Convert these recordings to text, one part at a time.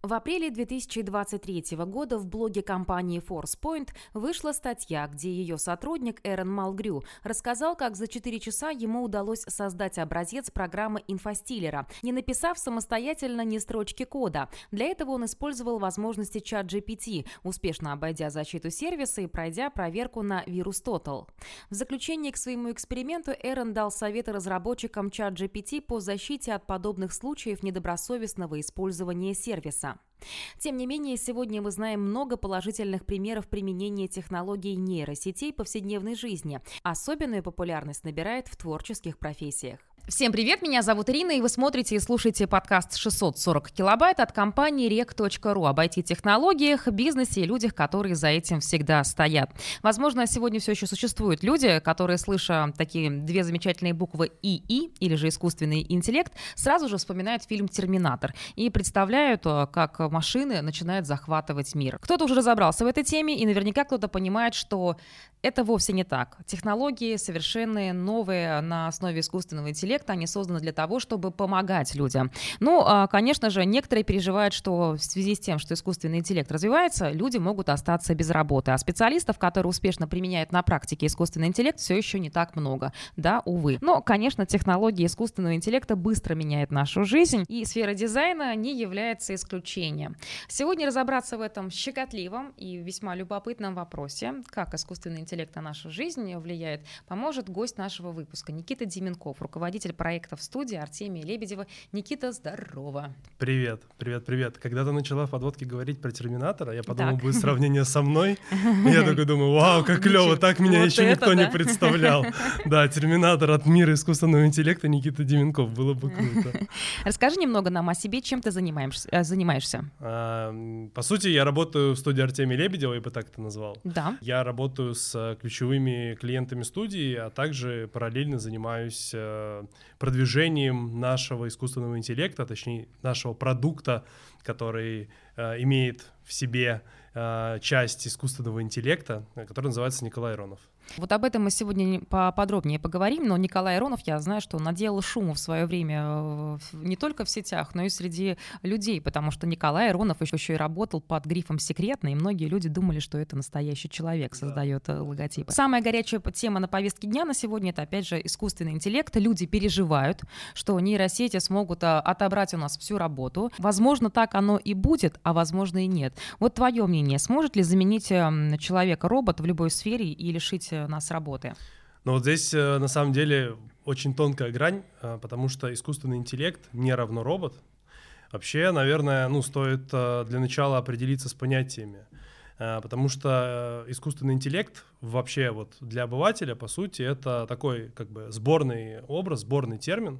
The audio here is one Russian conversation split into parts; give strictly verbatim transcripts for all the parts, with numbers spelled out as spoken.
В апреле две тысячи двадцать третьего года в блоге компании ForcePoint вышла статья, где ее сотрудник Эрон Малгрю рассказал, как за четыре часа ему удалось создать образец программы инфостилера, не написав самостоятельно ни строчки кода. Для этого он использовал возможности чат джи пи ти, успешно обойдя защиту сервиса и пройдя проверку на VirusTotal. В заключение к своему эксперименту Эрон дал советы разработчикам чат джи пи ти по защите от подобных случаев недобросовестного использования сервиса. Тем не менее, сегодня мы знаем много положительных примеров применения технологий нейросетей в повседневной жизни. Особенную популярность набирает в творческих профессиях. Всем привет, меня зовут Ирина, и вы смотрите и слушаете подкаст шестьсот сорок килобайт от компании рек точка ру об ай ти-технологиях, бизнесе и людях, которые за этим всегда стоят. Возможно, сегодня все еще существуют люди, которые, слыша такие две замечательные буквы ИИ, или же искусственный интеллект, сразу же вспоминают фильм «Терминатор» и представляют, как машины начинают захватывать мир. Кто-то уже разобрался в этой теме, и наверняка кто-то понимает, что это вовсе не так. Технологии совершенно новые на основе искусственного интеллекта, они созданы для того, чтобы помогать людям. Ну, конечно же, некоторые переживают, что в связи с тем, что искусственный интеллект развивается, люди могут остаться без работы. А специалистов, которые успешно применяют на практике искусственный интеллект, все еще не так много. Да, увы. Но, конечно, технологии искусственного интеллекта быстро меняют нашу жизнь, и сфера дизайна не является исключением. Сегодня разобраться в этом щекотливом и весьма любопытном вопросе, как искусственный интеллект на нашу жизнь влияет, поможет гость нашего выпуска Никита Деменков, руководитель проекта в студии Артемия Лебедева. Никита, здорово. Привет, привет, привет. Когда ты начала в подводке говорить про Терминатора, я подумал, так. будет сравнение со мной. Я такой думаю, вау, как клево, так меня еще никто не представлял. Да, Терминатор от мира искусственного интеллекта Никита Деменков, было бы круто. Расскажи немного нам о себе, чем ты занимаешься. По сути, я работаю в студии Артемия Лебедева, я бы так это назвал. Да. Я работаю с ключевыми клиентами студии, а также параллельно занимаюсь продвижением нашего искусственного интеллекта, точнее нашего продукта, который э, имеет в себе э, часть искусственного интеллекта, который называется Николай Аронов. Вот об этом мы сегодня поподробнее поговорим, но Николай Аронов, я знаю, что он наделал шуму в свое время не только в сетях, но и среди людей, потому что Николай Аронов еще и работал под грифом «секретно», и многие люди думали, что это настоящий человек создает да. логотипы. Самая горячая тема на повестке дня на сегодня — это, опять же, искусственный интеллект. Люди переживают, что нейросети смогут отобрать у нас всю работу. Возможно, так оно и будет, а возможно и нет. Вот твое мнение, сможет ли заменить человека робот в любой сфере и лишить нас работы? Ну вот здесь на самом деле очень тонкая грань, потому что искусственный интеллект не равно робот. Вообще, наверное, ну, стоит для начала определиться с понятиями, потому что искусственный интеллект вообще вот для обывателя, по сути, это такой как бы сборный образ, сборный термин,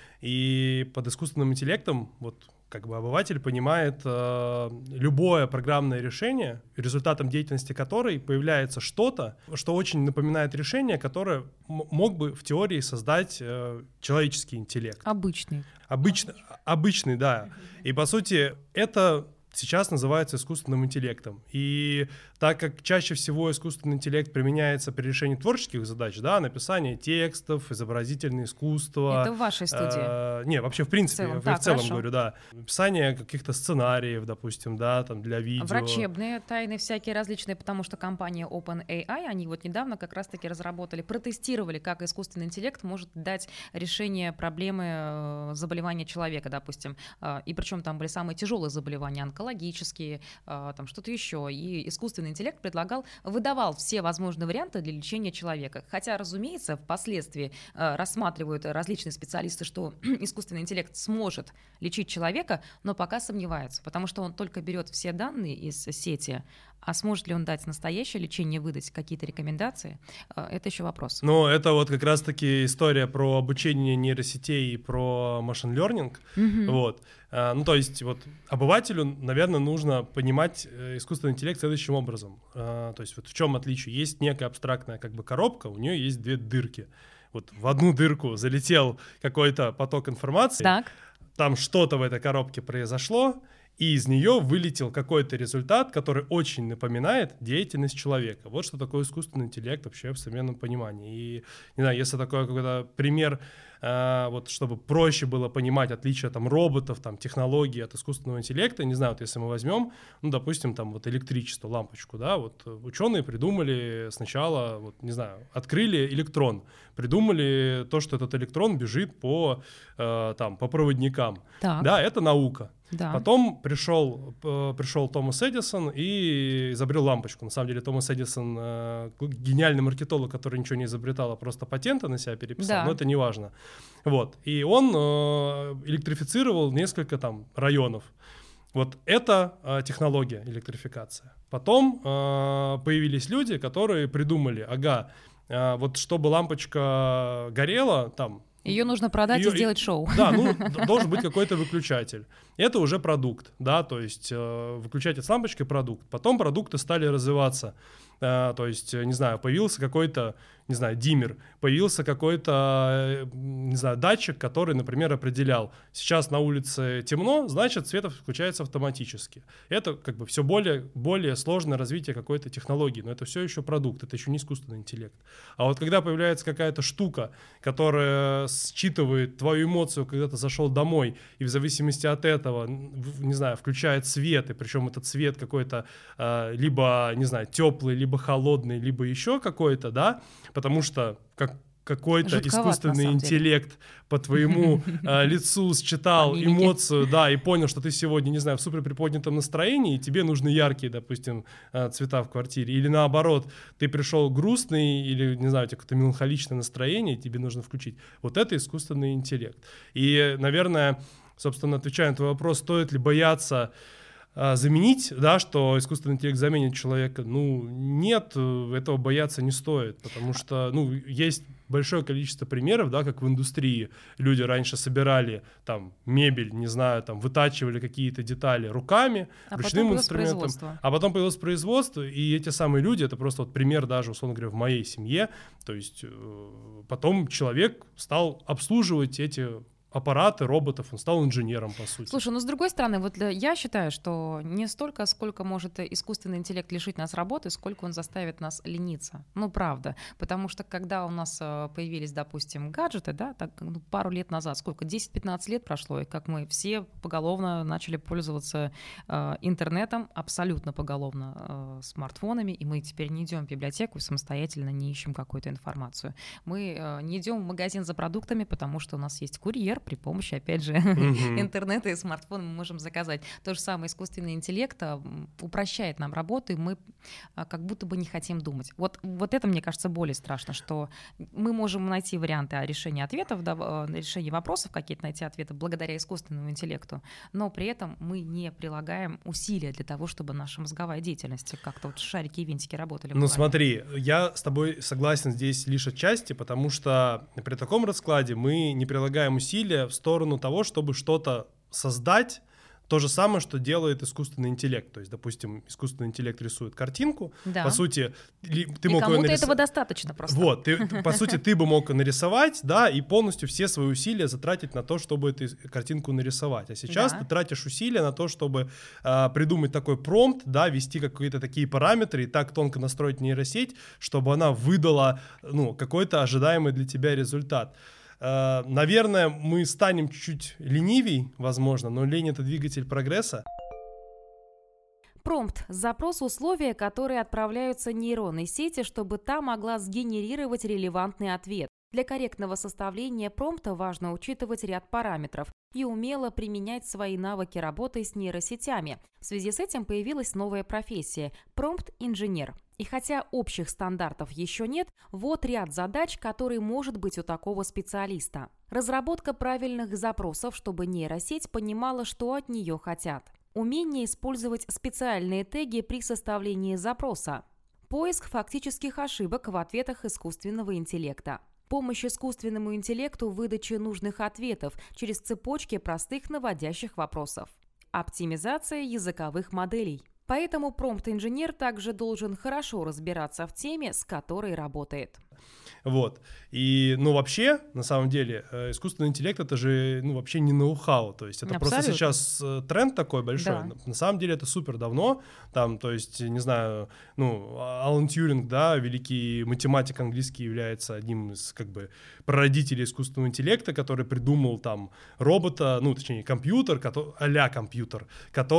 и под искусственным интеллектом вот как бы обыватель понимает э, любое программное решение, результатом деятельности которой появляется что-то, что очень напоминает решение, которое м- мог бы в теории создать э, человеческий интеллект. Обычный. Обычный, обычный, да. И по сути это сейчас называется искусственным интеллектом. И так как чаще всего искусственный интеллект применяется при решении творческих задач, да, написание текстов, изобразительное искусство. Это в вашей студии? Э, не, вообще в принципе, в целом, так, в целом говорю, да. Написание каких-то сценариев, допустим, да, там для видео. Врачебные тайны всякие различные, потому что компания OpenAI, они вот недавно как раз-таки разработали, протестировали, как искусственный интеллект может дать решение проблемы заболевания человека, допустим. И причем там были самые тяжелые заболевания, онкологические, там что-то еще. И искусственный интеллект предлагал, выдавал все возможные варианты для лечения человека. Хотя, разумеется, впоследствии э, рассматривают различные специалисты, что искусственный интеллект сможет лечить человека, но пока сомневаются, потому что он только берет все данные из сети, а сможет ли он дать настоящее лечение, выдать какие-то рекомендации, э, это еще вопрос. Ну, это вот как раз-таки история про обучение нейросетей и про машин learning. Mm-hmm. Вот. А, ну, то есть вот обывателю, наверное, нужно понимать искусственный интеллект следующим образом. А, то есть вот в чем отличие? Есть некая абстрактная как бы коробка, у нее есть две дырки. Вот в одну дырку залетел какой-то поток информации, так. Там что-то в этой коробке произошло, и из нее вылетел какой-то результат, который очень напоминает деятельность человека. Вот что такое искусственный интеллект вообще в современном понимании. И, не знаю, если такой какой-то пример э, вот чтобы проще было понимать отличия там роботов, там технологий от искусственного интеллекта, не знаю, вот если мы возьмем, ну, допустим, там вот электричество, лампочку, да, вот ученые придумали сначала, вот, не знаю, открыли электрон, придумали то, что этот электрон бежит по, э, там, по проводникам. Так. Да, это наука. Да. Потом пришел, э, пришел Томас Эдисон и изобрел лампочку. На самом деле Томас Эдисон э, гениальный маркетолог, который ничего не изобретал, а просто патенты на себя переписал, Да. но это не важно. Вот. И он э, электрифицировал несколько там районов. Вот это э, технология электрификация. Потом э, появились люди, которые придумали, ага, э, вот чтобы лампочка горела, там, ее нужно продать Её, и сделать шоу. Да, ну должен быть какой-то выключатель. Это уже продукт, да, то есть э, выключатель с лампочкой продукт. Потом продукты стали развиваться. Э, то есть, не знаю, появился какой-то, не знаю, диммер, появился какой-то, э, не знаю, датчик, который, например, определял, сейчас на улице темно, значит, свет включается автоматически. Это как бы все более, более сложное развитие какой-то технологии, но это все еще продукт, это еще не искусственный интеллект. А вот когда появляется какая-то штука, которая считывает твою эмоцию, когда ты зашел домой, и в зависимости от этого, не знаю, включает свет, и причем этот свет какой-то э, либо, не знаю, теплый, либо холодный, либо еще какой-то, да, потому что как какой-то Жутковато, искусственный на самом деле. интеллект по твоему э, лицу считал По мимике. эмоцию, да, и понял, что ты сегодня, не знаю, в супер приподнятом настроении, и тебе нужны яркие, допустим, э, цвета в квартире. Или наоборот, ты пришел грустный, или, не знаю, у тебя какое-то меланхоличное настроение, и тебе нужно включить. Вот это искусственный интеллект. И, наверное, собственно, отвечая на твой вопрос, стоит ли бояться заменить, да, что искусственный интеллект заменит человека, ну, нет, этого бояться не стоит, потому что, ну, есть большое количество примеров, да, как в индустрии люди раньше собирали там мебель, не знаю, там вытачивали какие-то детали руками, а ручным потом инструментом, а потом появилось производство, и эти самые люди, это просто вот пример даже, условно говоря, в моей семье, то есть э, потом человек стал обслуживать эти аппараты, роботов, он стал инженером, по сути. Слушай, ну с другой стороны, вот я считаю, что не столько, сколько может искусственный интеллект лишить нас работы, сколько он заставит нас лениться. Ну, правда. Потому что когда у нас появились, допустим, гаджеты, да, так, ну, пару лет назад, сколько, десять-пятнадцать лет прошло, и как мы все поголовно начали пользоваться э, интернетом, абсолютно поголовно э, смартфонами, и мы теперь не идем в библиотеку и самостоятельно не ищем какую-то информацию. Мы э, не идем в магазин за продуктами, потому что у нас есть курьер, при помощи, опять же, mm-hmm. интернета и смартфона мы можем заказать. То же самое искусственный интеллект упрощает нам работу, и мы как будто бы не хотим думать. Вот, вот это, мне кажется, более страшно, что мы можем найти варианты решения ответов, да, решения вопросов, какие-то найти ответы благодаря искусственному интеллекту, но при этом мы не прилагаем усилия для того, чтобы наша мозговая деятельность, как-то вот шарики и винтики работали. Ну смотри, я с тобой согласен здесь лишь отчасти, потому что при таком раскладе мы не прилагаем усилия в сторону того, чтобы что-то создать, то же самое, что делает искусственный интеллект. То есть, допустим, искусственный интеллект рисует картинку, да. По сути, ты и мог кому-то ее нарис... этого достаточно просто. Вот, ты, по сути, ты бы мог нарисовать, да, и полностью все свои усилия затратить на то, чтобы эту картинку нарисовать. А сейчас да. ты тратишь усилия на то, чтобы а, придумать такой промпт, да, ввести какие-то такие параметры и так тонко настроить нейросеть, чтобы она выдала, ну, какой-то ожидаемый для тебя результат. Uh, наверное, мы станем чуть ленивей, возможно, но лень — это двигатель прогресса. Промпт – запрос условия, которые отправляются нейронной сети, чтобы та могла сгенерировать релевантный ответ. Для корректного составления промпта важно учитывать ряд параметров и умело применять свои навыки работы с нейросетями. В связи с этим появилась новая профессия – промпт-инженер. И хотя общих стандартов еще нет, вот ряд задач, которые может быть у такого специалиста. Разработка правильных запросов, чтобы нейросеть понимала, что от нее хотят. Умение использовать специальные теги при составлении запроса. Поиск фактических ошибок в ответах искусственного интеллекта. Помощь искусственному интеллекту в выдаче нужных ответов через цепочки простых наводящих вопросов. Оптимизация языковых моделей. Поэтому промпт-инженер также должен хорошо разбираться в теме, с которой работает. Вот. И, ну, вообще, на самом деле, искусственный интеллект — это же, ну, вообще не ноу-хау, то есть это Абсолютно. Просто сейчас тренд такой большой. Да. На самом деле это супер давно, там, то есть, не знаю, ну, Алан Тьюринг, да, великий математик английский, является одним из, как бы, прародителей искусственного интеллекта, который придумал там робота, ну, точнее, компьютер, который, а-ля компьютер,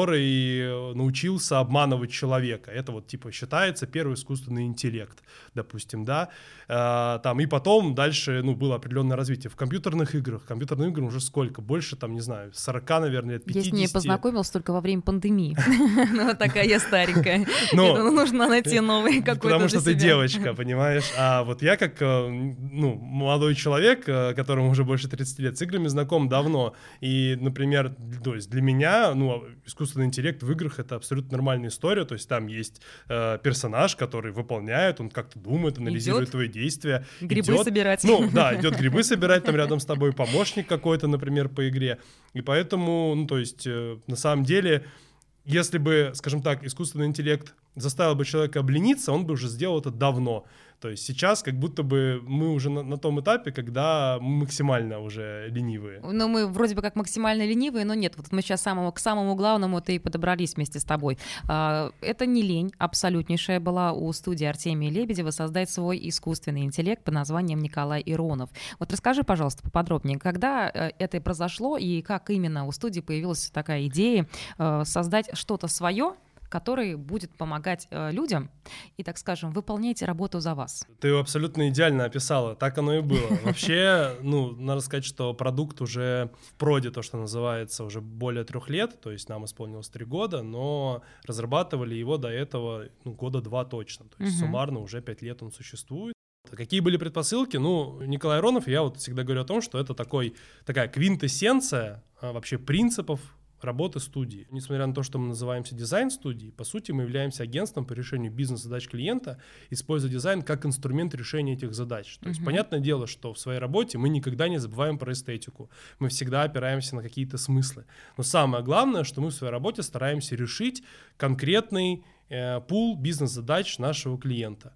который научился обманывать человека. Это вот, типа, считается первый искусственный интеллект, допустим, да, а, там, и потом дальше, ну, было определенное развитие. В компьютерных играх, компьютерным играм уже сколько? Больше, там, не знаю, сорок, наверное, лет пятьдесят. Я с ней познакомилась только во время пандемии. Ну, вот такая я старенькая. Нужно найти новый какой-то. Потому что ты девочка, понимаешь? А вот я как, ну, молодой человек, которому уже больше тридцати лет, с играми знаком давно. И, например, то есть для меня, ну, искусственный интеллект в играх — это абсолютно нормальная история. То есть там есть персонаж, который выполняет, он как-то думает, анализирует твои действия. Грибы идет, собирать. Ну, да, идет грибы собирать там рядом с тобой, помощник какой-то, например, по игре. И поэтому, ну, то есть, э, на самом деле, если бы, скажем так, искусственный интеллект заставил бы человека облениться, он бы уже сделал это давно. То есть сейчас как будто бы мы уже на, на том этапе, когда мы максимально уже ленивые. Ну, мы вроде бы как максимально ленивые, но нет. Вот мы сейчас самому, к самому главному-то и подобрались вместе с тобой. Это не лень абсолютнейшая была у студии Артемия Лебедева создать свой искусственный интеллект под названием Николай Иронов. Вот расскажи, пожалуйста, поподробнее, когда это произошло и как именно у студии появилась такая идея создать что-то свое, который будет помогать э, людям и, так скажем, выполнять работу за вас. Ты абсолютно идеально описала, так оно и было. Вообще, ну, надо сказать, что продукт уже в проде, то, что называется, уже более трех лет, то есть нам исполнилось три года, но разрабатывали его до этого, ну, года два точно, то есть uh-huh. суммарно уже пять лет он существует. Какие были предпосылки? Ну, Николай Иронов, я вот всегда говорю о том, что это такой, такая квинтэссенция а, вообще принципов работы студии. Несмотря на то, что мы называемся дизайн-студией, по сути мы являемся агентством по решению бизнес-задач клиента, используя дизайн как инструмент решения этих задач. То uh-huh. есть понятное дело, что в своей работе мы никогда не забываем про эстетику. Мы всегда опираемся на какие-то смыслы. Но самое главное, что мы в своей работе стараемся решить конкретный э, пул бизнес-задач нашего клиента.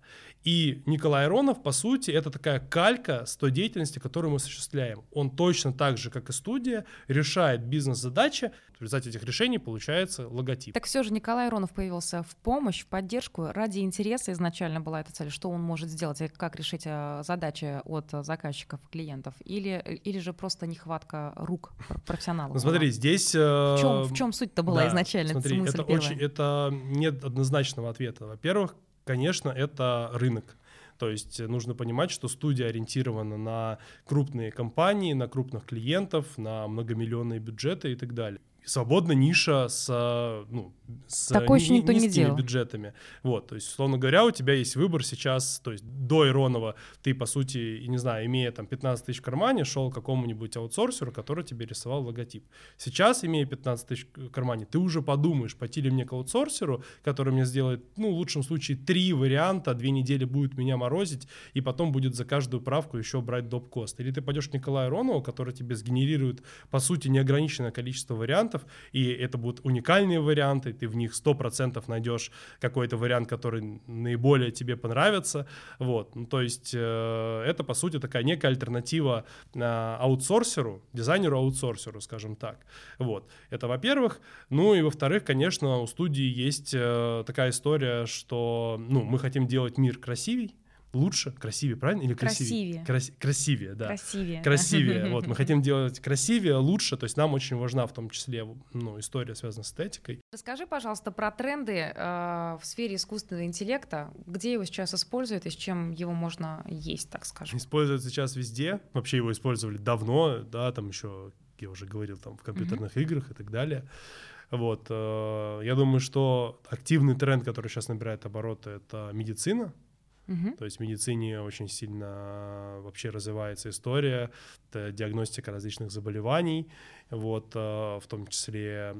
И Николай Иронов, по сути, это такая калька с той деятельности, которую мы осуществляем. Он точно так же, как и студия, решает бизнес-задачи. В результате этих решений получается логотип. Так все же Николай Иронов появился в помощь, в поддержку. Ради интереса изначально была эта цель. Что он может сделать, как решить задачи от заказчиков, клиентов? Или, или же просто нехватка рук профессионалов? Ну, смотри, здесь... В чем, в чем суть-то была да, изначально? Смотри, это, очень, это нет однозначного ответа. Во-первых, конечно, это рынок. То есть нужно понимать, что студия ориентирована на крупные компании, на крупных клиентов, на многомиллионные бюджеты и так далее. Свободна ниша с, ну, с Такое еще никто не делал. бюджетами. Вот, то есть, условно говоря, у тебя есть выбор сейчас, то есть до Иронова ты, по сути, не знаю, имея там пятнадцать тысяч в кармане, шел к какому-нибудь аутсорсеру, который тебе рисовал логотип. Сейчас, имея пятнадцать тысяч в кармане, ты уже подумаешь, пойти ли мне к аутсорсеру, который мне сделает, ну, в лучшем случае, три варианта, две недели будет меня морозить, и потом будет за каждую правку еще брать доп-кост. Или ты пойдешь к Николаю Иронову, который тебе сгенерирует, по сути, неограниченное количество вариантов, и это будут уникальные варианты, ты в них сто процентов найдешь какой-то вариант, который наиболее тебе понравится. Вот. Ну, то есть э, это, по сути, такая некая альтернатива э, аутсорсеру, дизайнеру-аутсорсеру, скажем так. Вот. Это, во-первых. Ну и, во-вторых, конечно, у студии есть э, такая история, что ну, мы хотим делать мир красивей, лучше, красивее, правильно? Или красивее? Красивее. Крас- красивее, да. Красивее. Красивее. Вот, мы хотим делать красивее, лучше, то есть нам очень важна в том числе ну, история, связанная с эстетикой. Расскажи, пожалуйста, про тренды э, в сфере искусственного интеллекта, где его сейчас используют и с чем его можно есть, так скажем. Используют сейчас везде, вообще его использовали давно, да, там еще, я уже говорил, там в компьютерных uh-huh. играх и так далее. Вот, э, я думаю, что активный тренд, который сейчас набирает обороты, это медицина. Uh-huh. То есть в медицине очень сильно вообще развивается история, это диагностика различных заболеваний, вот, в том числе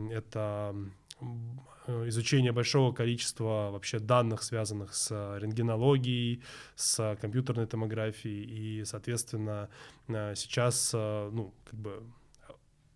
это изучение большого количества вообще данных, связанных с рентгенологией, с компьютерной томографией, и, соответственно, сейчас, ну, как бы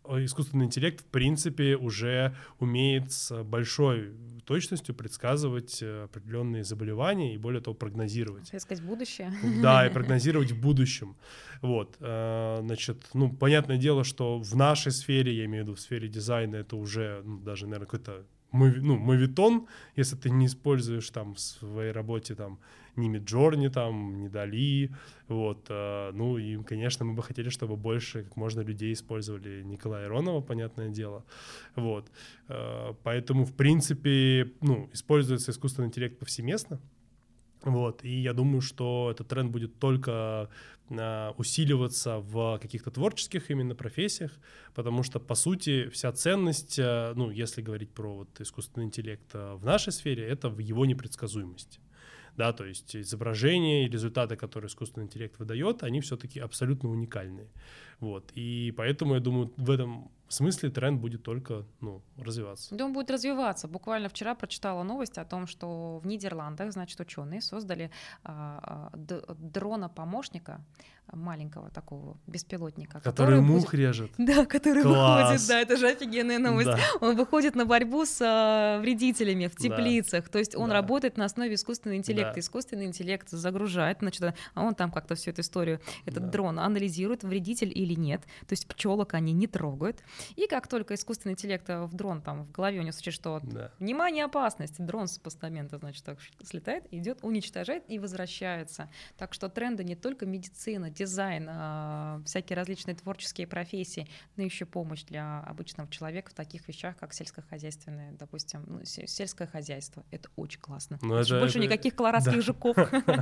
искусственный интеллект, в принципе, уже умеет с большой точностью предсказывать определенные заболевания и, более того, прогнозировать. Хотел сказать, будущее. Да, и прогнозировать в будущем. Вот, значит, ну, понятное дело, что в нашей сфере, я имею в виду в сфере дизайна, это уже ну, даже, наверное, какой-то ну, мовитон, если ты не используешь там в своей работе там ни Midjourney, там, ни Dall-E, вот, э, ну и, конечно, мы бы хотели, чтобы больше как можно людей использовали Николая Иронова, понятное дело, вот, э, поэтому, в принципе, ну, используется искусственный интеллект повсеместно, вот, и я думаю, что этот тренд будет только э, усиливаться в каких-то творческих именно профессиях, потому что, по сути, вся ценность, э, ну, если говорить про вот искусственный интеллект э, в нашей сфере, это в его непредсказуемости. Да, то есть изображения и результаты, которые искусственный интеллект выдает, они все-таки абсолютно уникальные. Вот. И поэтому, я думаю, в этом смысле тренд будет только ну, развиваться. Да, он будет развиваться. Буквально вчера прочитала новость о том, что в Нидерландах, значит, ученые создали а, д- дрона-помощника, маленького такого беспилотника. Который, который мух будет... режет. Да, который Класс. выходит, да, это же офигенная новость. Да. Он выходит на борьбу с а, вредителями в теплицах. Да. То есть он да. работает на основе искусственного интеллекта. Да. Искусственный интеллект загружает, значит, а он там как-то всю эту историю, этот да. дрон анализирует, вредитель или нет. То есть пчелок они не трогают. И как только искусственный интеллект в дрон там в голове у него случится, что да. внимание, опасность, дрон с постамента, значит, так слетает, идет, уничтожает и возвращается. Так что тренды не только медицина, дизайн, а, всякие различные творческие профессии, но еще помощь для обычного человека в таких вещах, как сельскохозяйственное, допустим, ну, сельское хозяйство. Это очень классно. Больше никаких колорадских жуков.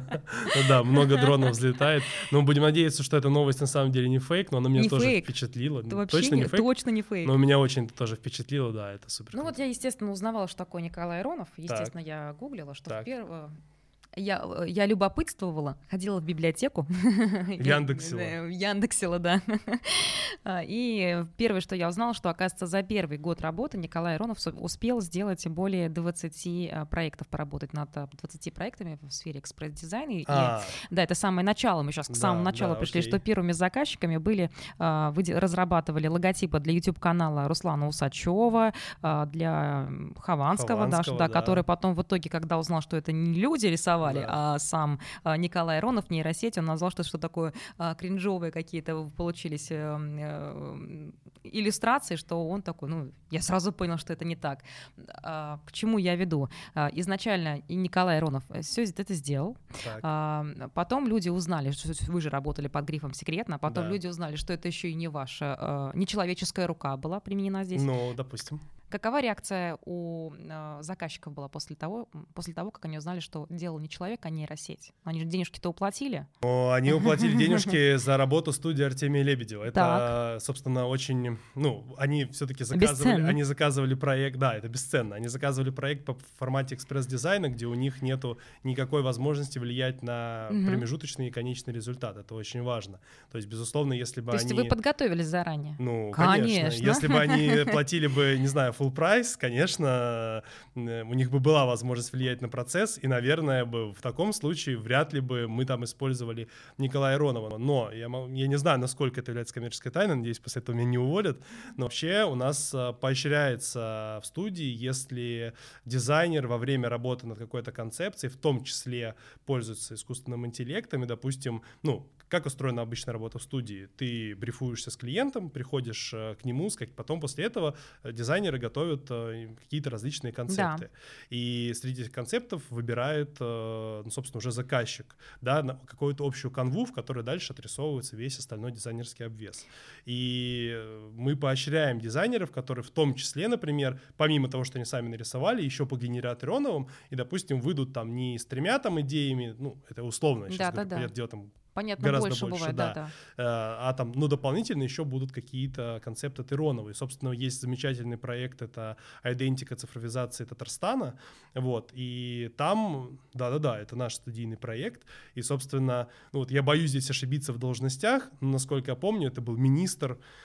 Да, много дронов взлетает. Но будем надеяться, что эта новость на самом деле не фейк, но она меня тоже впечатлила. Точно не фейк? Точно не фейк. Но меня очень это тоже впечатлило, да, это супер. Ну вот я, естественно, узнавала, что такое Николай Иронов. Естественно, я гуглила, что в первом... Я, я любопытствовала, ходила в библиотеку. Яндексила. Яндексила, да. И первое, что я узнала, что, оказывается, за первый год работы Николай Иронов успел сделать более двадцати проектов, поработать над двадцатью проектами в сфере экспресс-дизайна. А. И, да, это самое начало, мы сейчас к самому да, началу да, пришли, окей. Что первыми заказчиками были, разрабатывали логотипы для YouTube-канала Руслана Усачева, для Хованского, Хованского да, да. который потом в итоге, когда узнал, что это не люди рисовали, да. а сам а, Николай Иронов, нейросеть, он назвал, что что такое а, кринжовые какие-то получились а, а, иллюстрации, что он такой, ну, я сразу понял, что это не так. А, к чему я веду? А, изначально и Николай Иронов все это сделал. А, потом люди узнали, что вы же работали под грифом «секретно», а потом да. люди узнали, что это еще и не ваша, а, нечеловеческая рука была применена здесь. Ну, допустим. Какова реакция у э, заказчиков была после того, после того, как они узнали, что делал не человек, а нейросеть? Они же денежки-то уплатили? О, они уплатили денежки за работу студии Артемия Лебедева. Это, так. собственно, очень... Ну, они все-таки заказывали... Они заказывали проект... Да, это бесценно. Они заказывали проект по формате экспресс-дизайна, где у них нету никакой возможности влиять на угу. промежуточный и конечный результат. Это очень важно. То есть, безусловно, если бы То они... То есть вы подготовились заранее? Ну, конечно. конечно. Если бы они платили бы, не знаю, full прайс, конечно, у них бы была возможность влиять на процесс, и, наверное, бы в таком случае вряд ли бы мы там использовали Николая Иронова. Но я, я не знаю, насколько это является коммерческой тайной, надеюсь, после этого меня не уволят, но вообще у нас поощряется в студии, если дизайнер во время работы над какой-то концепцией, в том числе пользуется искусственным интеллектом, и, допустим, ну, как устроена обычная работа в студии? Ты брифуешься с клиентом, приходишь к нему, потом после этого дизайнеры готовят какие-то различные концепты. Да. И среди этих концептов выбирает, ну, собственно, уже заказчик, да, какую-то общую канву, в которой дальше отрисовывается весь остальной дизайнерский обвес. И мы поощряем дизайнеров, которые в том числе, например, помимо того, что они сами нарисовали, еще по генератору Ироновым, и, допустим, выйдут там не с тремя там идеями, ну, это условно, я сейчас да, говорю, да, понятное дело, там Понятно, гораздо больше, больше, бывает, да. да, да. А, а там, ну, дополнительно еще будут какие-то концепты от Иронова. И, собственно, есть замечательный проект, это «Айдентика цифровизации Татарстана». Вот, и там, да-да-да, это наш студийный проект. И, собственно, ну, вот я боюсь здесь ошибиться в должностях, но, насколько я помню, это был министр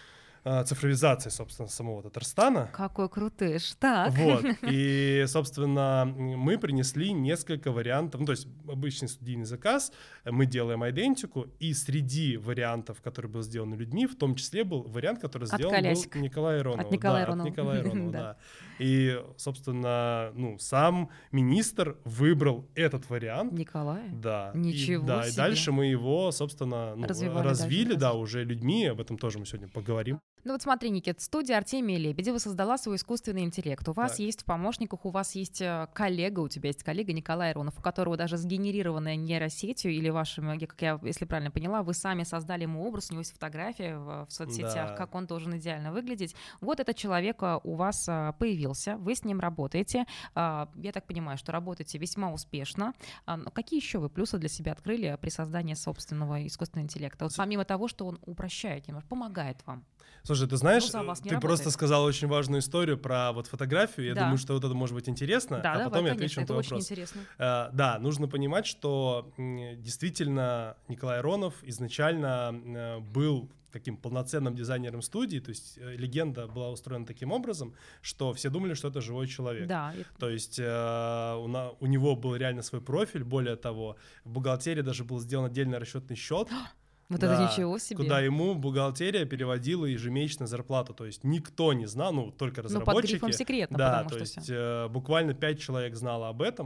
цифровизации, собственно, самого Татарстана. Какой крутыш, так. Вот, и, собственно, мы принесли несколько вариантов, ну, то есть обычный студийный заказ, мы делаем идентику, и среди вариантов, которые были сделаны людьми, в том числе был вариант, который сделан был Николая Иронова. От Николая да, Иронова. От Николая Иронова, да. И, собственно, ну, сам министр выбрал этот вариант. Николай? Да. Ничего и, да, себе. И дальше мы его, собственно, ну, развили, да, уже людьми, об этом тоже мы сегодня поговорим. Ну вот смотри, Никит, студия Артемия Лебедева создала свой искусственный интеллект. У вас так. есть в помощниках, у вас есть коллега, у тебя есть коллега Николай Иронов, у которого даже сгенерированная нейросетью или вашим, как я, если правильно поняла, вы сами создали ему образ, у него есть фотография в, в соцсетях, да. как он должен идеально выглядеть. Вот этот человек у вас появился, вы с ним работаете. Я так понимаю, что работаете весьма успешно. Но какие еще вы плюсы для себя открыли при создании собственного искусственного интеллекта? Вот помимо того, что он упрощает, помогает вам. Слушай, ты знаешь, ты работает. просто сказал очень важную историю про вот фотографию. Я да. думаю, что вот это может быть интересно, да, а давай, потом я конечно, отвечу на твой это вопрос. очень интересно. Uh, да, нужно понимать, что действительно Николай Иронов изначально uh, был таким полноценным дизайнером студии, то есть э, легенда была устроена таким образом, что все думали, что это живой человек. Да. То есть э, у, на, у него был реально свой профиль, более того, в бухгалтерии даже был сделан отдельный расчетный счет. Вот да, это ничего себе. Куда ему бухгалтерия переводила ежемесячно зарплату. То есть никто не знал, ну, только разработчики. Ну, под грифом секретно, да, потому то что есть все. Э, буквально пять человек знало об этом.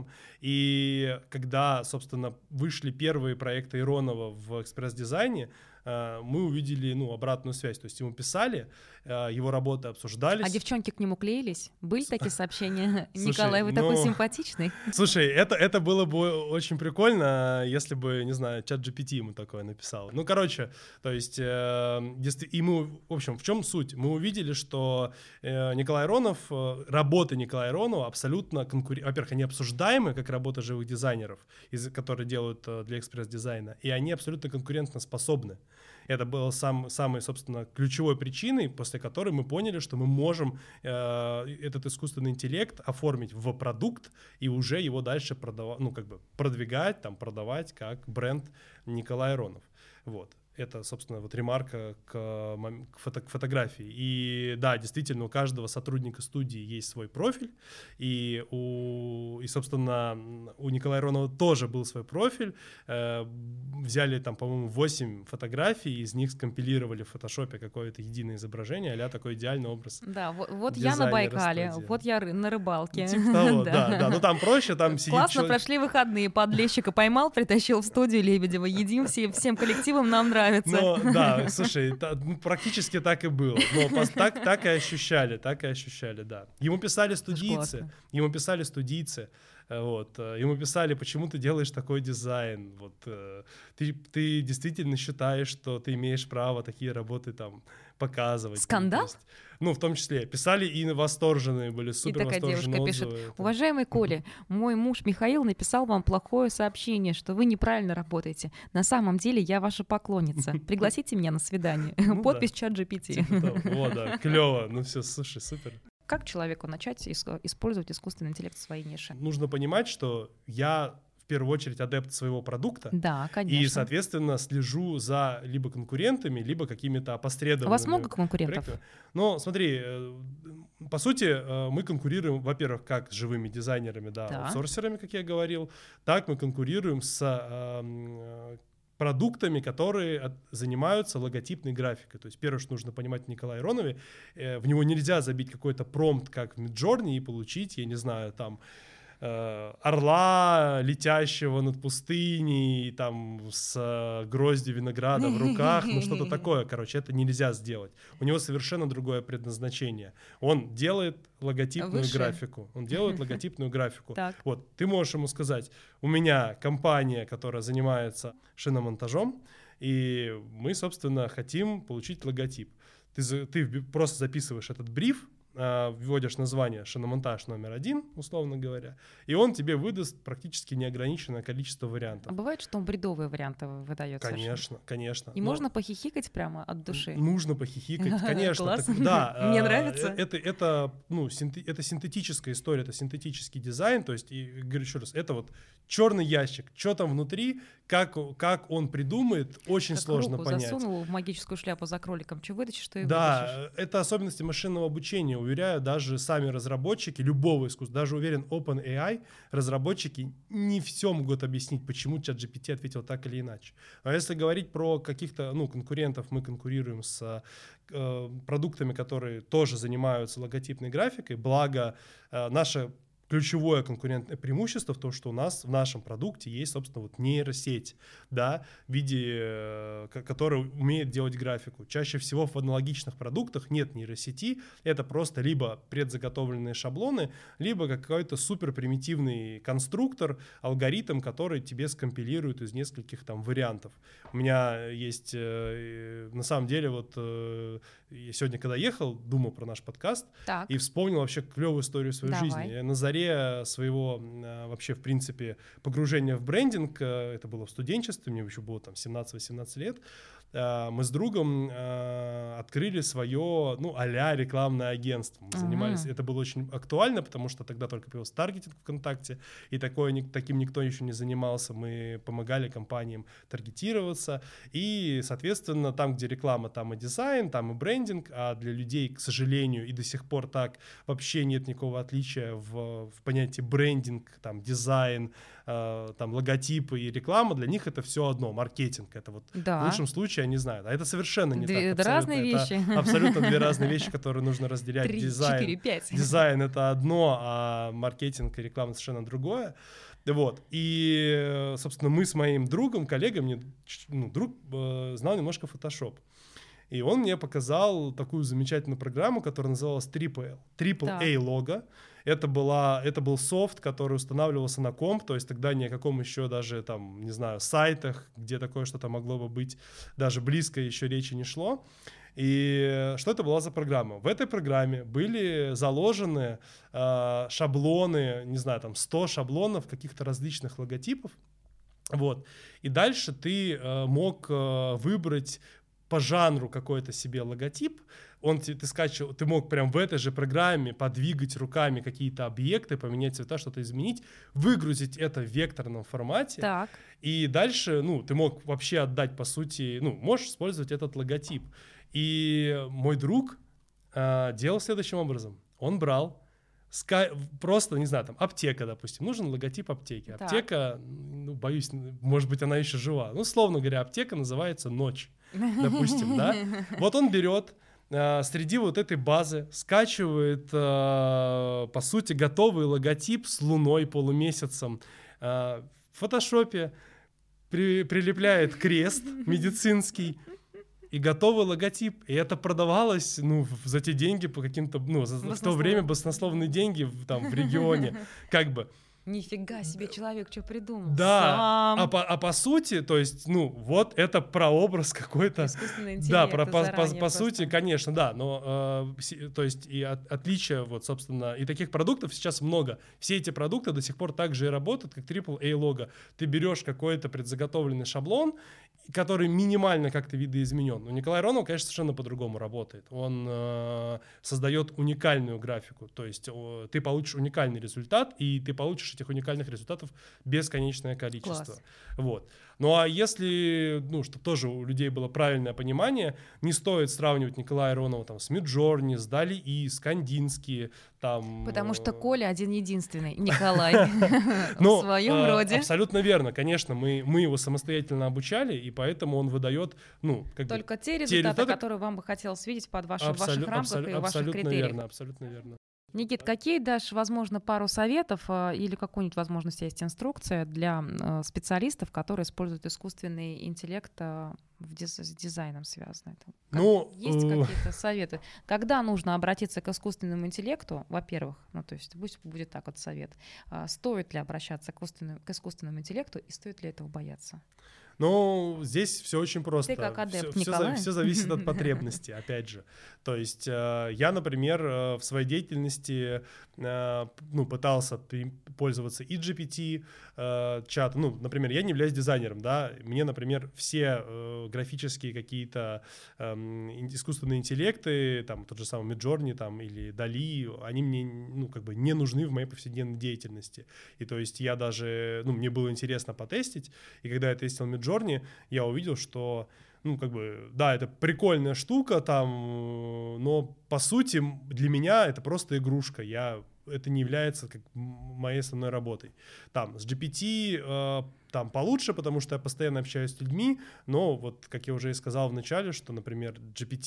И когда, собственно, вышли первые проекты Иронова в экспресс-дизайне, э, мы увидели, ну, обратную связь. То есть ему писали, э, его работы обсуждались. А девчонки к нему клеились? Были такие сообщения? Слушай, Николай, вы ну, такой симпатичный. Слушай, это, это было бы очень прикольно, если бы, не знаю, чат джи пи ти ему такое написал. Ну, короче, то есть, э, и мы, в общем, в чем суть? Мы увидели, что э, Николай Иронов, э, работы Николая Иронова абсолютно конкурентны. Во-первых, они обсуждаемы, как работа живых дизайнеров, из, которые делают э, для экспресс-дизайна, и они абсолютно конкурентоспособны. Это было сам, самой, собственно, ключевой причиной, после которой мы поняли, что мы можем э, этот искусственный интеллект оформить в продукт и уже его дальше продавать, ну, как бы продвигать, там, продавать как бренд Николай Иронов. Вот. Это, собственно, вот ремарка к, к, фото, к фотографии. И да, действительно, у каждого сотрудника студии есть свой профиль. И, у, и собственно, у Николая Иронова тоже был свой профиль. Э, взяли там, по-моему, восемь фотографий, из них скомпилировали в фотошопе какое-то единое изображение, а-ля такой идеальный образ. Да, вот, вот я на Байкале, студии. Вот я на рыбалке. Типа того, да, да. Ну там проще, там сидит Классно человек... прошли выходные, подлещика поймал, притащил в студию Лебедева. Едим все, всем коллективом, нам нравится. Но, да, слушай, та, ну, практически так и было. Но пос, так, так и ощущали, так и ощущали, да. Ему писали студийцы, ему писали студийцы, вот, ему писали, почему ты делаешь такой дизайн, вот, ты, ты действительно считаешь, что ты имеешь право такие работы там показывать. Скандал? Есть, ну, в том числе. Писали и восторженные были, супер восторженные отзывы. И такая девушка пишет: уважаемый Коля, мой муж Михаил написал вам плохое сообщение, что вы неправильно работаете. На самом деле я ваша поклонница. Пригласите меня на свидание. Подпись чат джи пи ти. О, да, клево. Ну все, слушай, супер. Как человеку начать использовать искусственный интеллект в своей нише? Нужно понимать, что я в первую очередь адепт своего продукта. Да, конечно. И, соответственно, слежу за либо конкурентами, либо какими-то опосредованными. У вас много конкурентов? Проектами. Но смотри, по сути, мы конкурируем, во-первых, как с живыми дизайнерами, да, да. аутсорсерами, как я говорил, так мы конкурируем с э, продуктами, которые занимаются логотипной графикой. То есть первое, что нужно понимать в Николае Иронове, э, в него нельзя забить какой-то промпт, как в Midjourney, и получить, я не знаю, там, орла, летящего над пустыней, там, с гроздью винограда в руках, ну, что-то такое, короче, это нельзя сделать. У него совершенно другое предназначение. Он делает логотипную Выше. графику. Он делает логотипную графику. Так. Вот, ты можешь ему сказать: у меня компания, которая занимается шиномонтажом, и мы, собственно, хотим получить логотип. Ты, ты просто записываешь этот бриф, вводишь название шиномонтаж номер один, условно говоря, и он тебе выдаст практически неограниченное количество вариантов. А бывает, что он бредовые варианты выдает? Конечно, совершенно? конечно. И Но... можно похихикать прямо от души? Нужно похихикать, конечно. Классно. Так, да, Мне нравится. Это, это, ну, синте, это синтетическая история, это синтетический дизайн, то есть, и говорю еще раз, это вот черный ящик, что там внутри, как, как он придумает, очень как сложно руку понять. Засунул в магическую шляпу за кроликом, что вытащишь, что и да, вытащишь. Это особенности машинного обучения. Уверяю, даже сами разработчики любого искусства, даже уверен, OpenAI, разработчики не все могут объяснить, почему ChatGPT ответил так или иначе. А если говорить про каких-то, ну, конкурентов, мы конкурируем с э, продуктами, которые тоже занимаются логотипной графикой, благо э, наша ключевое конкурентное преимущество в том, что у нас в нашем продукте есть, собственно, вот нейросеть, да, в виде, которая умеет делать графику. Чаще всего в аналогичных продуктах нет нейросети, это просто либо предзаготовленные шаблоны, либо какой-то супер примитивный конструктор, алгоритм, который тебе скомпилирует из нескольких там вариантов. У меня есть, на самом деле, вот я сегодня, когда ехал, думал про наш подкаст так. и вспомнил вообще клевую историю своей Давай. жизни. Я на заре своего вообще, в принципе, погружения в брендинг, это было в студенчестве, мне еще было там семнадцать-восемнадцать лет, мы с другом открыли свое, ну, а-ля рекламное агентство. Мы занимались, uh-huh. это было очень актуально, потому что тогда только появился таргетинг ВКонтакте, и такое, таким никто еще не занимался. Мы помогали компаниям таргетироваться, и, соответственно, там, где реклама, там и дизайн, там и брендинг, а для людей, к сожалению, и до сих пор так вообще нет никакого отличия в, в понятии брендинг, там, дизайн, э, там, логотипы и реклама. Для них это все одно, маркетинг. Это вот да. в лучшем случае они знают. А это совершенно не две, так. Разные это вещи. Абсолютно две разные вещи, которые нужно разделять. Три, дизайн, четыре, пять. Дизайн — это одно, а маркетинг и реклама совершенно другое. Вот. И, собственно, мы с моим другом, коллегой, мне, ну, друг э, знал немножко Photoshop. И он мне показал такую замечательную программу, которая называлась Triple A лого. Это, была, это был софт, который устанавливался на комп, то есть тогда ни о каком еще даже, там, не знаю, сайтах, где такое что-то могло бы быть, даже близко еще речи не шло. И что это была за программа? В этой программе были заложены э, шаблоны, не знаю, там сто шаблонов каких-то различных логотипов. Вот. И дальше ты э, мог э, выбрать по жанру какой-то себе логотип, он ты, ты скачивал, ты мог прям в этой же программе подвигать руками какие-то объекты, поменять цвета, что-то изменить, выгрузить это в векторном формате, так. и дальше, ну, ты мог вообще отдать, по сути, ну, можешь использовать этот логотип. И мой друг э, делал следующим образом. Он брал ска- просто, не знаю, там, аптека, допустим, нужен логотип аптеки. Так. Аптека, ну, боюсь, может быть, она еще жива. Ну, словно говоря, аптека называется «Ночь», допустим, да. Вот он берет э, среди вот этой базы, скачивает, э, по сути, готовый логотип с луной, полумесяцем э, в фотошопе, при, прилепляет крест медицинский, и готовый логотип. И это продавалось, ну, за те деньги по каким-то, ну, за, в то время баснословные деньги в, там, в регионе, как бы. Нифига себе, человек что придумал. Да, Сам. а по, а по сути, то есть, ну, вот это прообраз какой-то. Искусственный интеллект. Да, про, по, по, по просто. сути, конечно, да, но, э, то есть, и от, отличия, вот, собственно, и таких продуктов сейчас много. Все эти продукты до сих пор так же и работают, как Triple A лого. Ты берешь какой-то предзаготовленный шаблон, который минимально как-то видоизменен. Но Николай Аронов, конечно, совершенно по-другому работает. Он э, создает уникальную графику, то есть э, ты получишь уникальный результат, и ты получишь этих уникальных результатов бесконечное количество. Класс. Вот. Ну а если, ну, чтобы тоже у людей было правильное понимание, не стоит сравнивать Николая Аронова там с Midjourney, с Дали И, с Кандински, там... Потому что Коля один-единственный, Николай, в своем роде. Абсолютно верно, конечно, мы, мы его самостоятельно обучали, и поэтому он выдает, ну, как только бы, те результаты, результаты, которые вам бы хотелось видеть под ваши, абсолю, в ваших рамках абсолю, и в ваших критериях. Абсолютно верно, абсолютно верно. Никит, какие дашь, возможно, пару советов э, или какую-нибудь, возможно, есть инструкция для э, специалистов, которые используют искусственный интеллект э, в диз- с дизайном связанный? Как, ну, есть э... какие-то советы? Когда нужно обратиться к искусственному интеллекту, во-первых, ну то есть пусть будет так вот совет, э, стоит ли обращаться к искусственному, к искусственному интеллекту и стоит ли этого бояться? Ну, здесь все очень просто. Ты как адепт, все, Николай. Все, все зависит от потребности, опять же. То есть э, я, например, э, в своей деятельности э, ну, пытался при, пользоваться и джи пи ти э, чатом. Ну, например, я не являюсь дизайнером, да. Мне, например, все э, графические какие-то э, искусственные интеллекты, там, тот же самый Midjourney там, или Dall, они мне, ну, как бы не нужны в моей повседневной деятельности. И то есть я даже, ну, мне было интересно потестить, и когда я тестил Midjourney, я увидел, что, ну, как бы, да, это прикольная штука там, но, по сути, для меня это просто игрушка. Я, это не является как моей основной работой. Там, с джи пи ти э, там получше, потому что я постоянно общаюсь с людьми, но вот, как я уже и сказал в начале, что, например, джи пи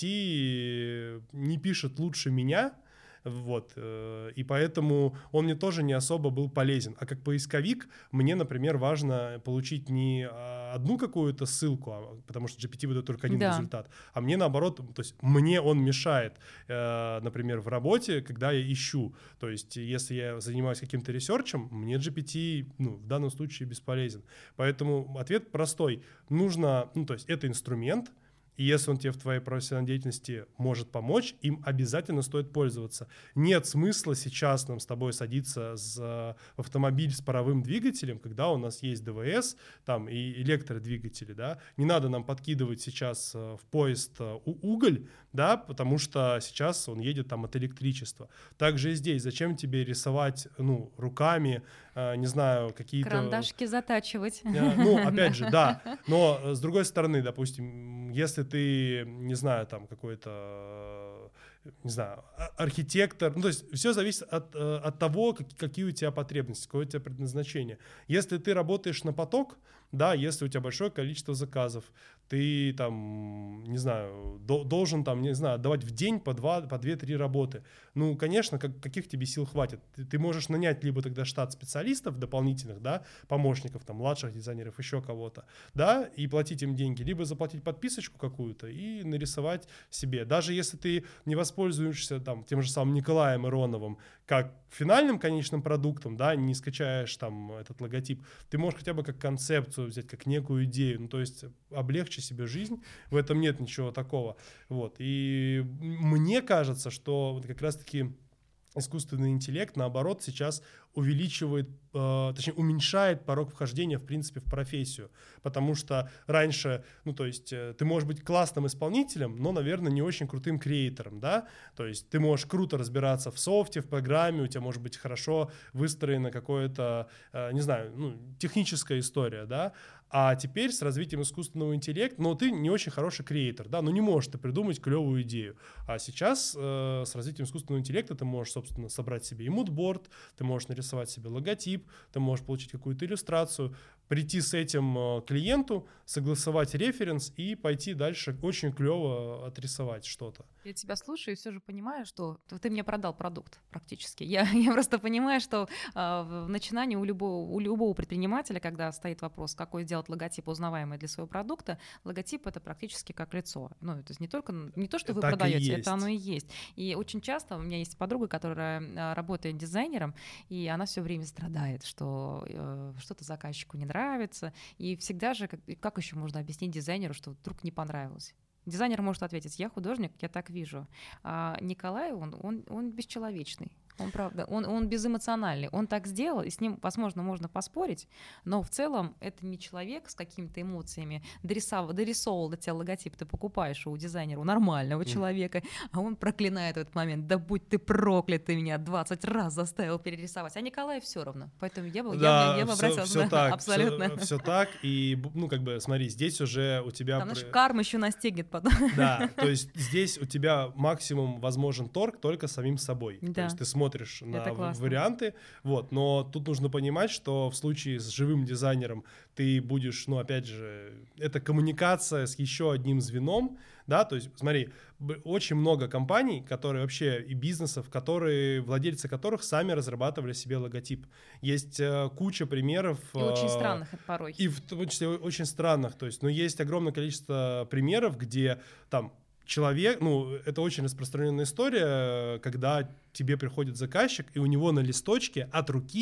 ти не пишет лучше меня, вот, и поэтому он мне тоже не особо был полезен. А как поисковик мне, например, важно получить не одну какую-то ссылку, потому что джи пи ти выдает только один да. результат, а мне наоборот, то есть мне он мешает, например, в работе, когда я ищу. То есть если я занимаюсь каким-то ресерчем, мне джи пи ти, ну, в данном случае бесполезен. Поэтому ответ простой. Нужно, ну, то есть это инструмент, и если он тебе в твоей профессиональной деятельности может помочь, им обязательно стоит пользоваться. Нет смысла сейчас нам с тобой садиться в автомобиль с паровым двигателем, когда у нас есть дэ вэ эс там, и электродвигатели. Да? Не надо нам подкидывать сейчас в поезд уголь, да, потому что сейчас он едет там от электричества. Также и здесь. Зачем тебе рисовать ну, руками, не знаю, какие-то... Карандашки затачивать. Ну, опять же, да. Но с другой стороны, допустим, если ты, не знаю, там какой-то, не знаю, архитектор, ну, то есть все зависит от, от того, как, какие у тебя потребности, какое у тебя предназначение. Если ты работаешь на поток, да, если у тебя большое количество заказов, ты там, не знаю, до, должен там, не знаю, отдавать в день по два, по две-три работы. Ну, конечно, как, каких тебе сил хватит? Ты, ты можешь нанять либо тогда штат специалистов дополнительных, да, помощников, там, младших дизайнеров, еще кого-то, да, и платить им деньги, либо заплатить подписочку какую-то и нарисовать себе. Даже если ты не воспользуешься там тем же самым Николаем Ироновым как финальным конечным продуктом, да, не скачаешь там этот логотип, ты можешь хотя бы как концепцию взять, как некую идею, ну, то есть облегчи себе жизнь, в этом нет ничего такого, вот, и мне кажется, что как раз-таки искусственный интеллект, наоборот, сейчас увеличивает, э, точнее, уменьшает порог вхождения, в принципе, в профессию. Потому что раньше, ну, то есть, э, ты можешь быть классным исполнителем, но, наверное, не очень крутым креатором, да? То есть, ты можешь круто разбираться в софте, в программе, у тебя может быть хорошо выстроена какое-то, э, не знаю, ну, техническая история, да? А теперь с развитием искусственного интеллекта, ну, ты не очень хороший креатор, да, но не можешь ты придумать клевую идею. А сейчас э, с развитием искусственного интеллекта ты можешь, собственно, собрать себе и мудборд, ты можешь нарисовать себе логотип, ты можешь получить какую-то иллюстрацию, прийти с этим клиенту, согласовать референс и пойти дальше очень клево отрисовать что-то. Я тебя слушаю и все же понимаю, что ты мне продал продукт практически. Я, я просто понимаю, что э, в начинании у любого, у любого предпринимателя, когда стоит вопрос, какой сделать логотип узнаваемый для своего продукта, логотип — это практически как лицо. Ну, это не только не то, что вы так продаете, это оно и есть. И очень часто у меня есть подруга, которая работает дизайнером, и она все время страдает, что э, что-то заказчику не нравится. нравится, и всегда же, как, как еще можно объяснить дизайнеру, что вдруг не понравилось? Дизайнер может ответить: я художник, я так вижу. А Николай, он, он, он бесчеловечный. Он, правда, он, он безэмоциональный, он так сделал, и с ним, возможно, можно поспорить, но в целом это не человек с какими-то эмоциями, дорисовал, дорисовал для тебя логотип, ты покупаешь у дизайнера, у нормального mm. человека, а он проклинает в этот момент: да будь ты проклят, ты меня двадцать раз заставил перерисовать, а Николаю все равно, поэтому я бы, да, я, я бы все, обратилась все на так, абсолютно. Все, все так, и, ну, как бы, смотри, здесь уже у тебя... Там наш карма еще настигнет потом. Да, то есть здесь у тебя максимум возможен торг только с самим собой, да. то есть ты смотришь на варианты, вот, но тут нужно понимать, что в случае с живым дизайнером ты будешь, ну, опять же, это коммуникация с еще одним звеном, да, то есть, смотри, очень много компаний, которые вообще, и бизнесов, которые, владельцы которых сами разрабатывали себе логотип. Есть э, куча примеров. И э, очень странных порой. И в том числе очень странных, то есть, но есть огромное количество примеров, где там человек, ну, это очень распространенная история, когда тебе приходит заказчик, и у него на листочке от руки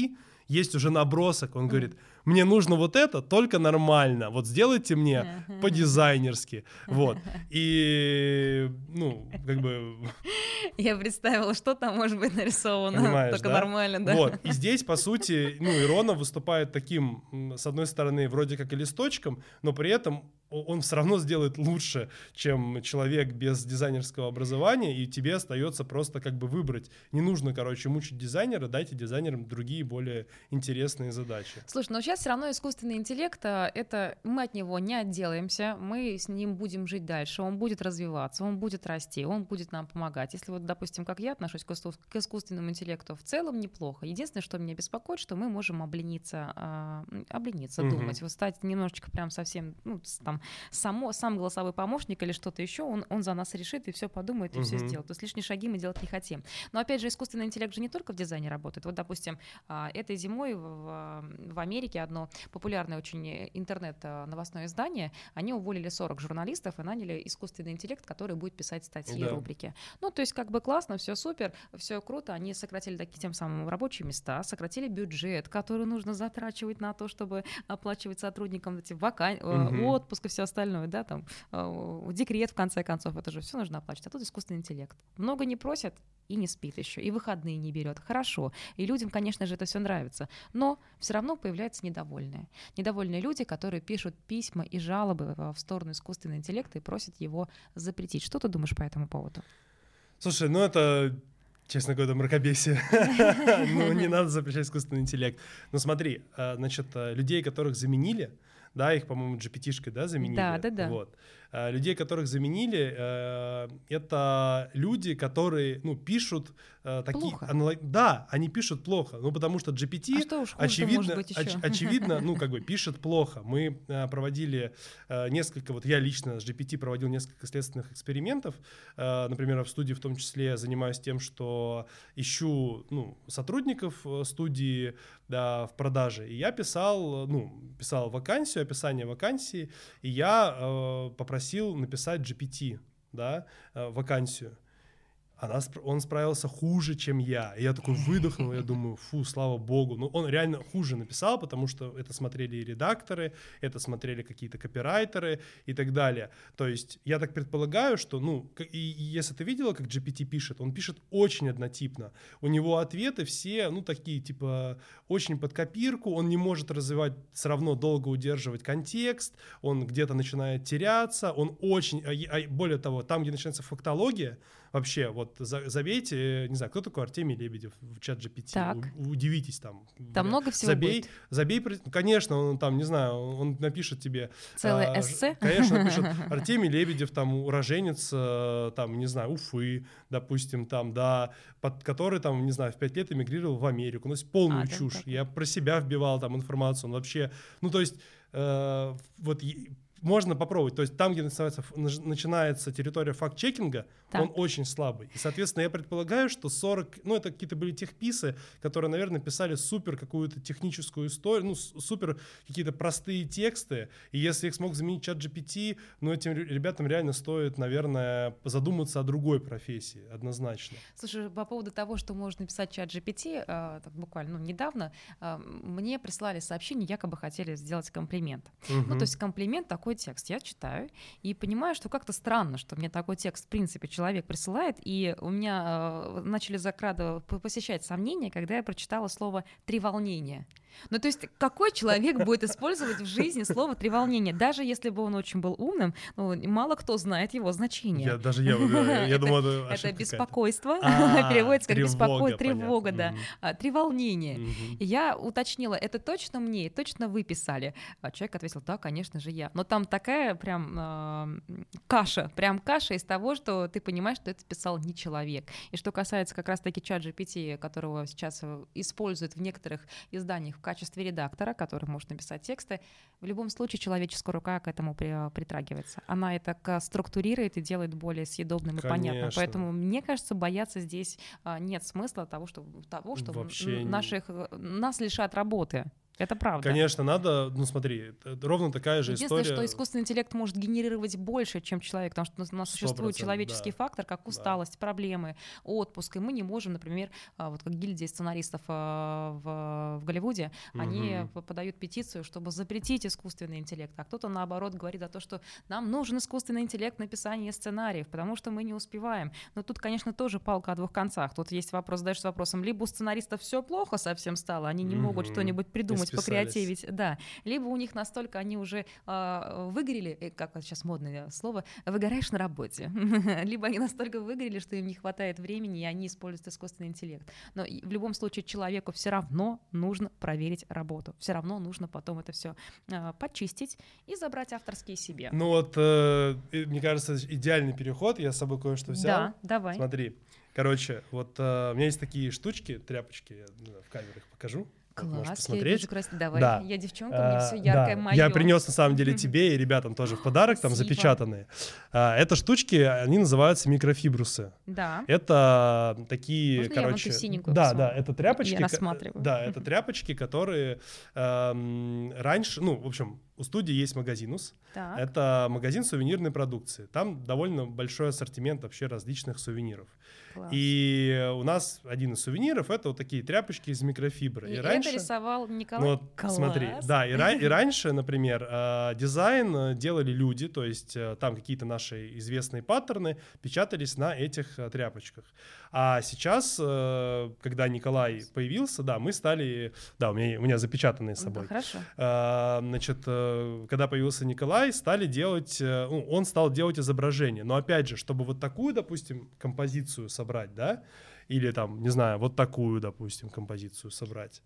есть уже набросок, он говорит, мне нужно вот это, только нормально, вот сделайте мне по-дизайнерски, вот, и, ну, как бы... Я представила, что там может быть нарисовано, понимаешь, только да? Нормально, да. Вот, и здесь, по сути, ну, Иронов выступает таким, с одной стороны, вроде как и листочком, но при этом он все равно сделает лучше, чем человек без дизайнерского образования, и тебе остается просто как бы выбрать. Не нужно, короче, мучить дизайнера, дайте дизайнерам другие более интересные задачи. Слушай, но сейчас все равно искусственный интеллект, это мы от него не отделаемся, мы с ним будем жить дальше, он будет развиваться, он будет расти, он будет нам помогать. Если вот, допустим, как я отношусь к искусственному интеллекту, в целом неплохо. Единственное, что меня беспокоит, что мы можем облениться, а, облениться, угу. думать, вот стать немножечко прям совсем, ну, там, Само, сам голосовой помощник или что-то еще, он, он за нас решит и все подумает, и uh-huh. все сделает. То есть лишние шаги мы делать не хотим. Но опять же, искусственный интеллект же не только в дизайне работает. Вот, допустим, этой зимой в, в Америке одно популярное очень интернет-новостное издание, они уволили сорок журналистов и наняли искусственный интеллект, который будет писать статьи, да. рубрики. Ну, то есть как бы классно, все супер, все круто. Они сократили такие тем самым рабочие места, сократили бюджет, который нужно затрачивать на то, чтобы оплачивать сотрудникам эти вакан... uh-huh. отпуск и все остальное, да, там, э, декрет, в конце концов, это же все нужно оплачивать. А тут искусственный интеллект. Много не просят и не спит еще, и выходные не берет. Хорошо. И людям, конечно же, это все нравится. Но все равно появляются недовольные. Недовольные люди, которые пишут письма и жалобы в сторону искусственного интеллекта и просят его запретить. Что ты думаешь по этому поводу? Слушай, ну это... Честно говоря, мракобесие. Ну, не надо запрещать искусственный интеллект. Но смотри, значит, людей, которых заменили, да, их, по-моему, джи пи ти-шкой, да, заменили? Да, да, да. Вот. Людей, которых заменили, это люди, которые, ну, пишут такие... Аналог... Да, они пишут плохо, ну, потому что джи пи ти, а что уж хуже, очевидно, может быть, оч- очевидно, ну, как бы пишет плохо. Мы проводили несколько, вот я лично с джи пи ти проводил несколько следственных экспериментов, например, в студии в том числе занимаюсь тем, что ищу, ну, сотрудников студии, да, в продаже, и я писал, ну, писал вакансию, описание вакансии, и я э, попросил написать джи пи ти, да, э, вакансию. Она, он справился хуже, чем я. И я такой выдохнул, я думаю, фу, слава богу. Ну, он реально хуже написал, потому что это смотрели и редакторы, это смотрели какие-то копирайтеры и так далее. То есть я так предполагаю, что, ну, и, и если ты видела, как джи пи ти пишет, он пишет очень однотипно. У него ответы все, ну, такие, типа, очень под копирку, он не может развивать, все равно долго удерживать контекст, он где-то начинает теряться, он очень, а, более того, там, где начинается фактология, вообще, вот забейте, не знаю, кто такой Артемий Лебедев в чат джи пи ти, У, удивитесь там. Там бля, много всего забей, будет. Забей, конечно, он там, не знаю, он напишет тебе... Целое а, эссе? Конечно, напишет Артемий Лебедев, там, уроженец, там, не знаю, Уфы, допустим, там, да, под, который, там, не знаю, в пять лет эмигрировал в Америку. Ну, то есть полную а, чушь. Да, да. Я про себя вбивал там информацию, он вообще... Ну, то есть, э, вот... Можно попробовать. То есть там, где начинается, начинается территория факт-чекинга, так. он очень слабый. И, соответственно, я предполагаю, что сорок... Ну, это какие-то были техписы, которые, наверное, писали супер какую-то техническую историю, ну, супер какие-то простые тексты. И если их смог заменить чат джи пи ти, ну, этим ребятам реально стоит, наверное, задуматься о другой профессии, однозначно. Слушай, по поводу того, что можно написать чат джи пи ти, э, так, буквально, ну, недавно э, мне прислали сообщение, якобы хотели сделать комплимент. Угу. Ну, то есть комплимент такой текст я читаю и понимаю, что как-то странно, что мне такой текст, в принципе, человек присылает, и у меня э, начали закрадывать, посещать сомнения, когда я прочитала слово «треволнение». Ну, то есть какой человек будет использовать в жизни слово «треволнение», даже если бы он очень был умным, ну, мало кто знает его значение. Я, даже я, я, я думал, это это беспокойство, переводится как беспокойство, тревога, да, треволнение. И я уточнила, это точно мне, точно вы писали? А человек ответил, да, конечно же, я. Но там такая прям каша, прям каша из того, что ты понимаешь, что это писал не человек. И что касается как раз-таки чат джи пи ти, которого сейчас используют в некоторых изданиях в качестве редактора, который может написать тексты, в любом случае человеческая рука к этому при, притрагивается. Она это структурирует и делает более съедобным и Конечно. понятным. Поэтому, мне кажется, бояться здесь а, нет смысла того, что, того, что наших, нас лишат работы. Это правда. Конечно, надо, ну смотри, ровно такая же Единственное, история. что искусственный интеллект может генерировать больше, чем человек, потому что у нас существует человеческий да. фактор, как усталость, да. проблемы, отпуск, и мы не можем, например, вот как гильдия сценаристов в, в Голливуде, угу. они подают петицию, чтобы запретить искусственный интеллект, а кто-то, наоборот, говорит о том, что нам нужен искусственный интеллект в написании сценариев, потому что мы не успеваем. Но тут, конечно, тоже палка о двух концах. Тут есть вопрос, дальше с вопросом, либо у сценаристов все плохо совсем стало, они не угу. могут что-нибудь придумать, покреативить, да, либо у них настолько они уже э, выгорели, как вот сейчас модное слово, выгораешь на работе, либо они настолько выгорели, что им не хватает времени, и они используют искусственный интеллект. Но в любом случае человеку все равно нужно проверить работу, все равно нужно потом это все э, почистить и забрать авторские себе. Ну вот, э, мне кажется, идеальный переход, я с собой кое-что взял. Да, давай. Смотри, короче, вот э, у меня есть такие штучки, тряпочки, я в камеру их покажу. Класс, я вижу красиво. Давай, да. я девчонка, у меня все яркое, да. мое. Я принес на самом деле тебе и ребятам тоже в подарок, там запечатанные. А, это штучки, они называются микрофибрусы. Да. Это такие, Можно короче... Я вон синенькую да, посмотрю? да, это тряпочки. Я рассматриваю. Да, это тряпочки, которые эм, раньше, ну, в общем, у студии есть магазинус. Так. Это магазин сувенирной продукции. Там довольно большой ассортимент вообще различных сувениров. Класс. И у нас один из сувениров — это вот такие тряпочки из микрофибры. И, и это раньше... рисовал Николай? Вот, Класс. смотри, да, и, ра- и раньше, например, э, дизайн делали люди, то есть э, там какие-то наши известные паттерны печатались на этих э, тряпочках. А сейчас, э, когда Николай появился, да, мы стали, да, у меня, у меня запечатанные с собой. Да, хорошо. Э, значит, э, когда появился Николай, стали делать, э, ну, он стал делать изображения. Но опять же, чтобы вот такую, допустим, композицию собрать, да, или там, не знаю, вот такую, допустим, композицию собрать,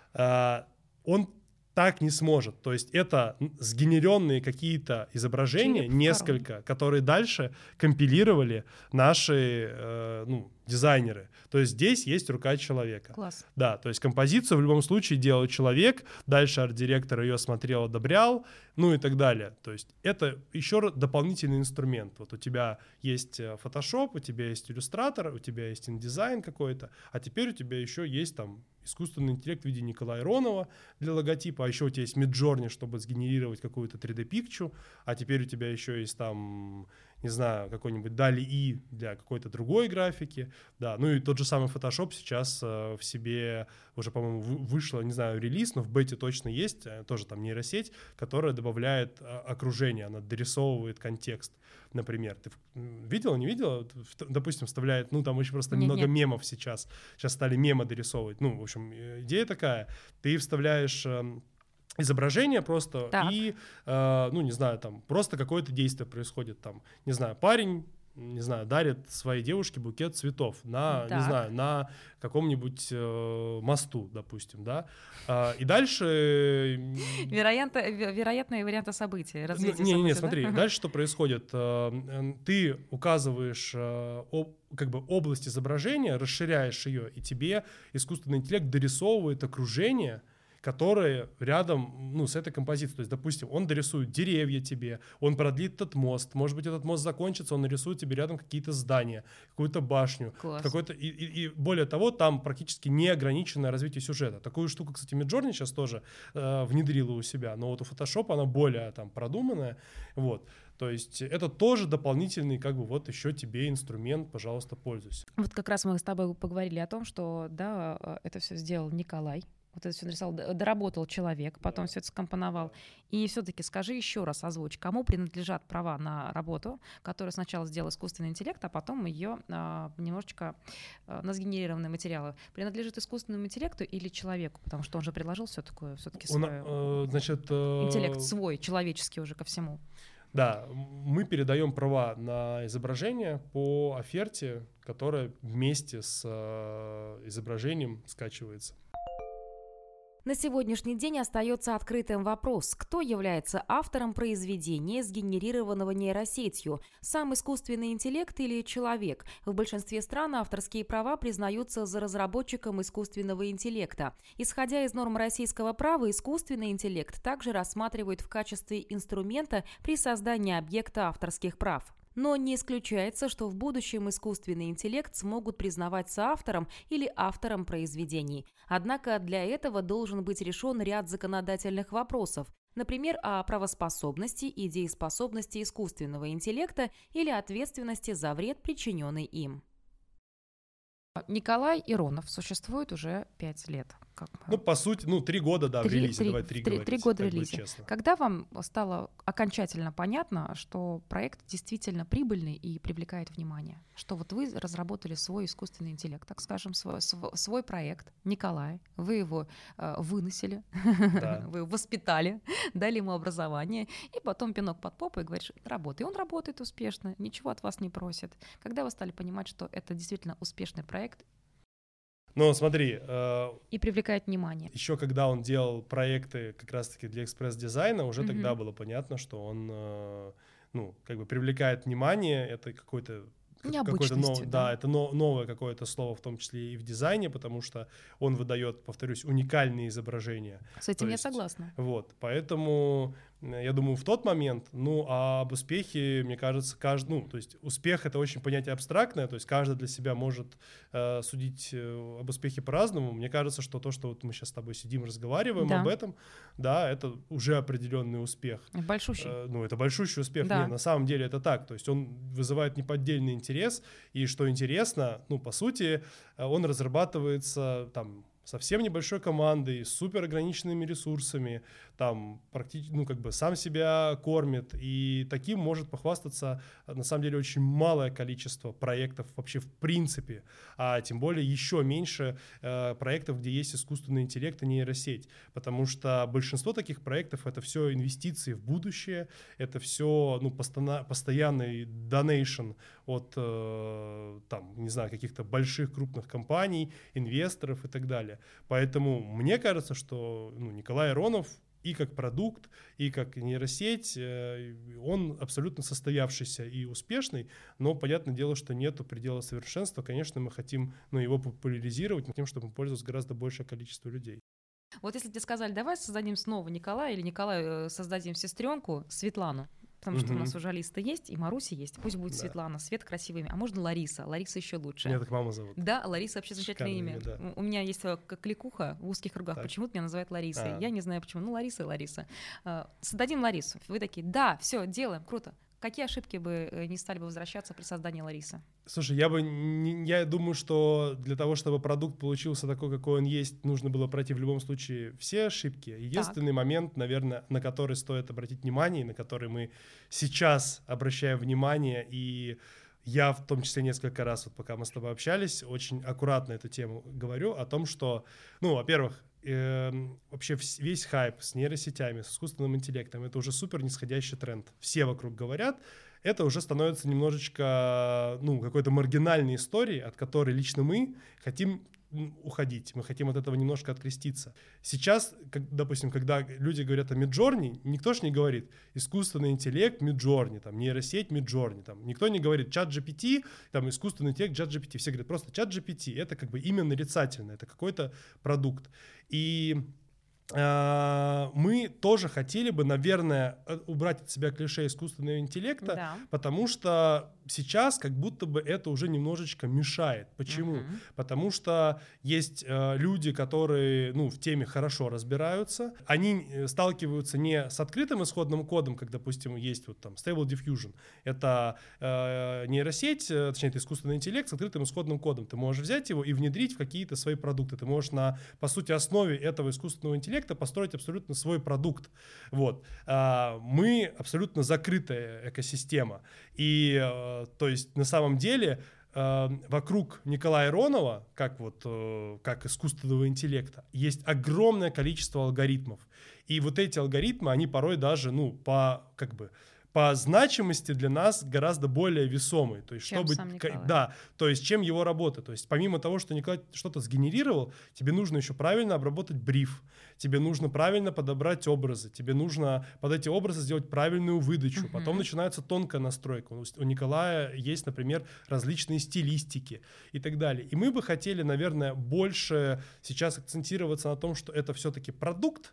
э, он так не сможет. То есть это сгенеренные какие-то изображения, Череп несколько, которые дальше компилировали наши э, ну, дизайнеры. То есть здесь есть рука человека. Класс. Да, то есть композицию в любом случае делал человек, дальше арт-директор ее смотрел, одобрял, ну и так далее. То есть это еще раз дополнительный инструмент. Вот у тебя есть Photoshop, у тебя есть иллюстратор, у тебя есть индизайн какой-то, а теперь у тебя еще есть там искусственный интеллект в виде Николая Ронова для логотипа, а еще у тебя есть Midjourney, чтобы сгенерировать какую-то три дэ-пикчу, а теперь у тебя еще есть там, не знаю, какой-нибудь Дали-И для какой-то другой графики, да, ну и тот же самый Photoshop сейчас э, в себе уже, по-моему, вышло, не знаю, релиз, но в бете точно есть, тоже там нейросеть, которая добавляет э, окружение, она дорисовывает контекст, например. Ты видела, не видела? Допустим, вставляет, ну там еще просто нет, много нет. мемов сейчас, сейчас стали мемы дорисовывать, ну, в общем, идея такая, ты вставляешь... Э, изображение просто так. и, э, ну, не знаю, там просто какое-то действие происходит, там, не знаю, парень, не знаю, дарит своей девушке букет цветов на, так. не знаю, на каком-нибудь э, мосту, допустим, да, э, и дальше... Вероятно, вероятные варианты событий, развития не, событий, не, да? смотри, дальше что происходит? Ты указываешь об, как бы область изображения, расширяешь ее, и тебе искусственный интеллект дорисовывает окружение, которые рядом, ну, с этой композицией. То есть, допустим, он дорисует деревья тебе, он продлит этот мост, может быть, этот мост закончится, он нарисует тебе рядом какие-то здания, какую-то башню. Какой-то, и, и, и более того, там практически неограниченное развитие сюжета. Такую штуку, кстати, Midjourney сейчас тоже э, внедрила у себя, но вот у Photoshop она более там продуманная, вот. То есть это тоже дополнительный, как бы, вот еще тебе инструмент, пожалуйста, пользуйся. Вот как раз мы с тобой поговорили о том, что, да, это все сделал Николай. Вот это все нарисовал, доработал человек, потом да. все это скомпоновал. И все-таки скажи еще раз, озвучь, кому принадлежат права на работу, которую сначала сделал искусственный интеллект, а потом ее а, немножечко а, на сгенерированные материалы. Принадлежит искусственному интеллекту или человеку? Потому что он же предложил все-таки все-таки свой э, значит, э, интеллект свой, человеческий уже ко всему. Да, мы передаем права на изображение по оферте, которая вместе с э, изображением скачивается. На сегодняшний день остается открытым вопрос, кто является автором произведения, сгенерированного нейросетью, сам искусственный интеллект или человек. В большинстве стран авторские права признаются за разработчиком искусственного интеллекта. Исходя из норм российского права, искусственный интеллект также рассматривают в качестве инструмента при создании объекта авторских прав. Но не исключается, что в будущем искусственный интеллект смогут признавать соавтором или автором произведений. Однако для этого должен быть решен ряд законодательных вопросов, например, о правоспособности и дееспособности искусственного интеллекта или ответственности за вред, причиненный им. Николай Иронов существует уже пять лет. Как мы... Ну, по сути, ну, три года, да, три, в релизе, три, давай три, три, говорить, три года в релизе. Честно. Когда вам стало окончательно понятно, что проект действительно прибыльный и привлекает внимание? Что вот вы разработали свой искусственный интеллект, так скажем, свой, свой проект, Николай, вы его э, выносили, да. Вы его воспитали, дали ему образование, и потом пинок под попу и говоришь, работай. И он работает успешно, ничего от вас не просит. Когда вы стали понимать, что это действительно успешный проект, но смотри... Э, и привлекает внимание. Еще когда он делал проекты как раз-таки для экспресс-дизайна, уже mm-hmm. тогда было понятно, что он, э, ну, как бы привлекает внимание, это какой-то... Какое-то нов... да. да, это но, новое какое-то слово, в том числе и в дизайне, потому что он выдает, повторюсь, уникальные изображения. С этим то я есть, согласна. Вот, поэтому я думаю, в тот момент, ну, а об успехе, мне кажется, каждый, ну, то есть успех — это очень понятие абстрактное, то есть каждый для себя может э, судить э, об успехе по-разному. Мне кажется, что то, что вот мы сейчас с тобой сидим, разговариваем да. об этом, да, это уже определенный успех. Большущий. Э, ну, это большущий успех. Да. Нет, на самом деле это так, то есть он вызывает неподдельный интерес, и что интересно, ну, по сути, он разрабатывается там совсем небольшой командой, с супер ограниченными ресурсами, там практически, ну, как бы сам себя кормит, и таким может похвастаться, на самом деле, очень малое количество проектов вообще в принципе, а тем более еще меньше э, проектов, где есть искусственный интеллект и нейросеть, потому что большинство таких проектов — это все инвестиции в будущее, это все, ну, постоянно, постоянный донейшн от, э, там, не знаю, каких-то больших крупных компаний, инвесторов и так далее. Поэтому мне кажется, что, ну, Николай Иронов и как продукт, и как нейросеть, он абсолютно состоявшийся и успешный, но понятное дело, что нету предела совершенства. Конечно, мы хотим, ну, его популяризировать, мы хотим, чтобы им пользовалось гораздо большее количество людей. Вот если тебе сказали, давай создадим снова Николая, или Николаю создадим сестренку Светлану, потому что mm-hmm. у нас уже Алиса есть, и Маруся есть. Пусть будет да. Светлана, Свет красивыми. А можно Лариса? Лариса еще лучше. Меня так мама зовут. Да, Лариса вообще замечательное имя. Да. У меня есть кликуха в узких кругах. Так. Почему-то меня называют Ларисой. А. Я не знаю почему. Ну, Лариса и Лариса. Создадим Ларису. Вы такие, да, все, делаем, круто. Какие ошибки бы не стали бы возвращаться при создании Ларисы? Слушай, я бы не, я думаю, что для того, чтобы продукт получился такой, какой он есть, нужно было пройти в любом случае все ошибки. Единственный так. момент, наверное, на который стоит обратить внимание, на который мы сейчас обращаем внимание, и я в том числе несколько раз, вот пока мы с тобой общались, очень аккуратно эту тему говорю о том, что, ну, во-первых, э, вообще весь хайп с нейросетями, с искусственным интеллектом — это уже супер нисходящий тренд. Все вокруг говорят, это уже становится немножечко, ну, какой-то маргинальной историей, от которой лично мы хотим уходить, мы хотим от этого немножко откреститься. Сейчас, как, допустим, когда люди говорят о Midjourney, никто же не говорит искусственный интеллект Midjourney, там, нейросеть Midjourney, там, никто не говорит чат джи пи ти, там, искусственный интеллект чат джи пи ти, все говорят просто чат джи пи ти, это как бы имя нарицательное, это какой-то продукт. И мы тоже хотели бы, наверное, убрать от себя клише искусственного интеллекта, да. потому что сейчас как будто бы это уже немножечко мешает. Почему? Uh-huh. Потому что есть э, люди, которые, ну, в теме хорошо разбираются, они сталкиваются не с открытым исходным кодом, как, допустим, есть вот там Stable Diffusion, это э, нейросеть, э, точнее, это искусственный интеллект с открытым исходным кодом. Ты можешь взять его и внедрить в какие-то свои продукты. Ты можешь на, по сути, основе этого искусственного интеллекта построить абсолютно свой продукт. Вот. А, мы абсолютно закрытая экосистема. И э, то есть на самом деле э, вокруг Николая Иронова, как, вот, э, как искусственного интеллекта, есть огромное количество алгоритмов. И вот эти алгоритмы, они порой даже, ну, по, как бы, по значимости для нас гораздо более весомый. То есть, чем чтобы, сам Николай. Да, то есть, чем его работа. То есть, помимо того, что Николай что-то сгенерировал, тебе нужно еще правильно обработать бриф, тебе нужно правильно подобрать образы, тебе нужно под эти образы сделать правильную выдачу. Uh-huh. Потом начинается тонкая настройка. У Николая есть, например, различные стилистики и так далее. И мы бы хотели, наверное, больше сейчас акцентироваться на том, что это все-таки продукт,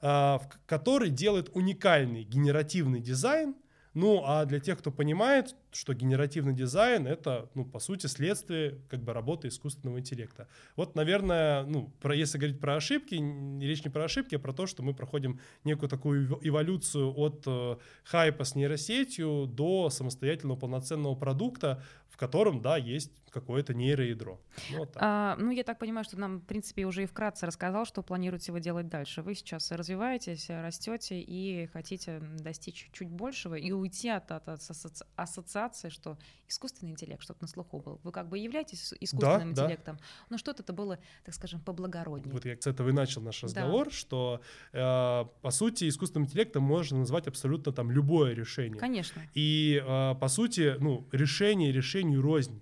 который делает уникальный генеративный дизайн. Ну, а для тех, кто понимает, что генеративный дизайн — это, ну, по сути, следствие как бы работы искусственного интеллекта. Вот, наверное, ну, про, если говорить про ошибки, речь не про ошибки, а про то, что мы проходим некую такую эволюцию от э, хайпа с нейросетью до самостоятельного полноценного продукта, в котором, да, есть какое-то нейроядро. Ну, вот так. А, ну, я так понимаю, что нам, в принципе, уже и вкратце рассказал, что планируете вы делать дальше. Вы сейчас развиваетесь, растете и хотите достичь чуть большего и уйти от, от, от асоци... ассоциации, что искусственный интеллект, чтобы на слуху был. Вы как бы являетесь искусственным да, интеллектом, да. но что-то это было, так скажем, поблагороднее. Вот я с этого и начал наш разговор, да. что, э, по сути, искусственным интеллектом можно назвать абсолютно там любое решение. Конечно. И, э, по сути, ну, решение решению рознь.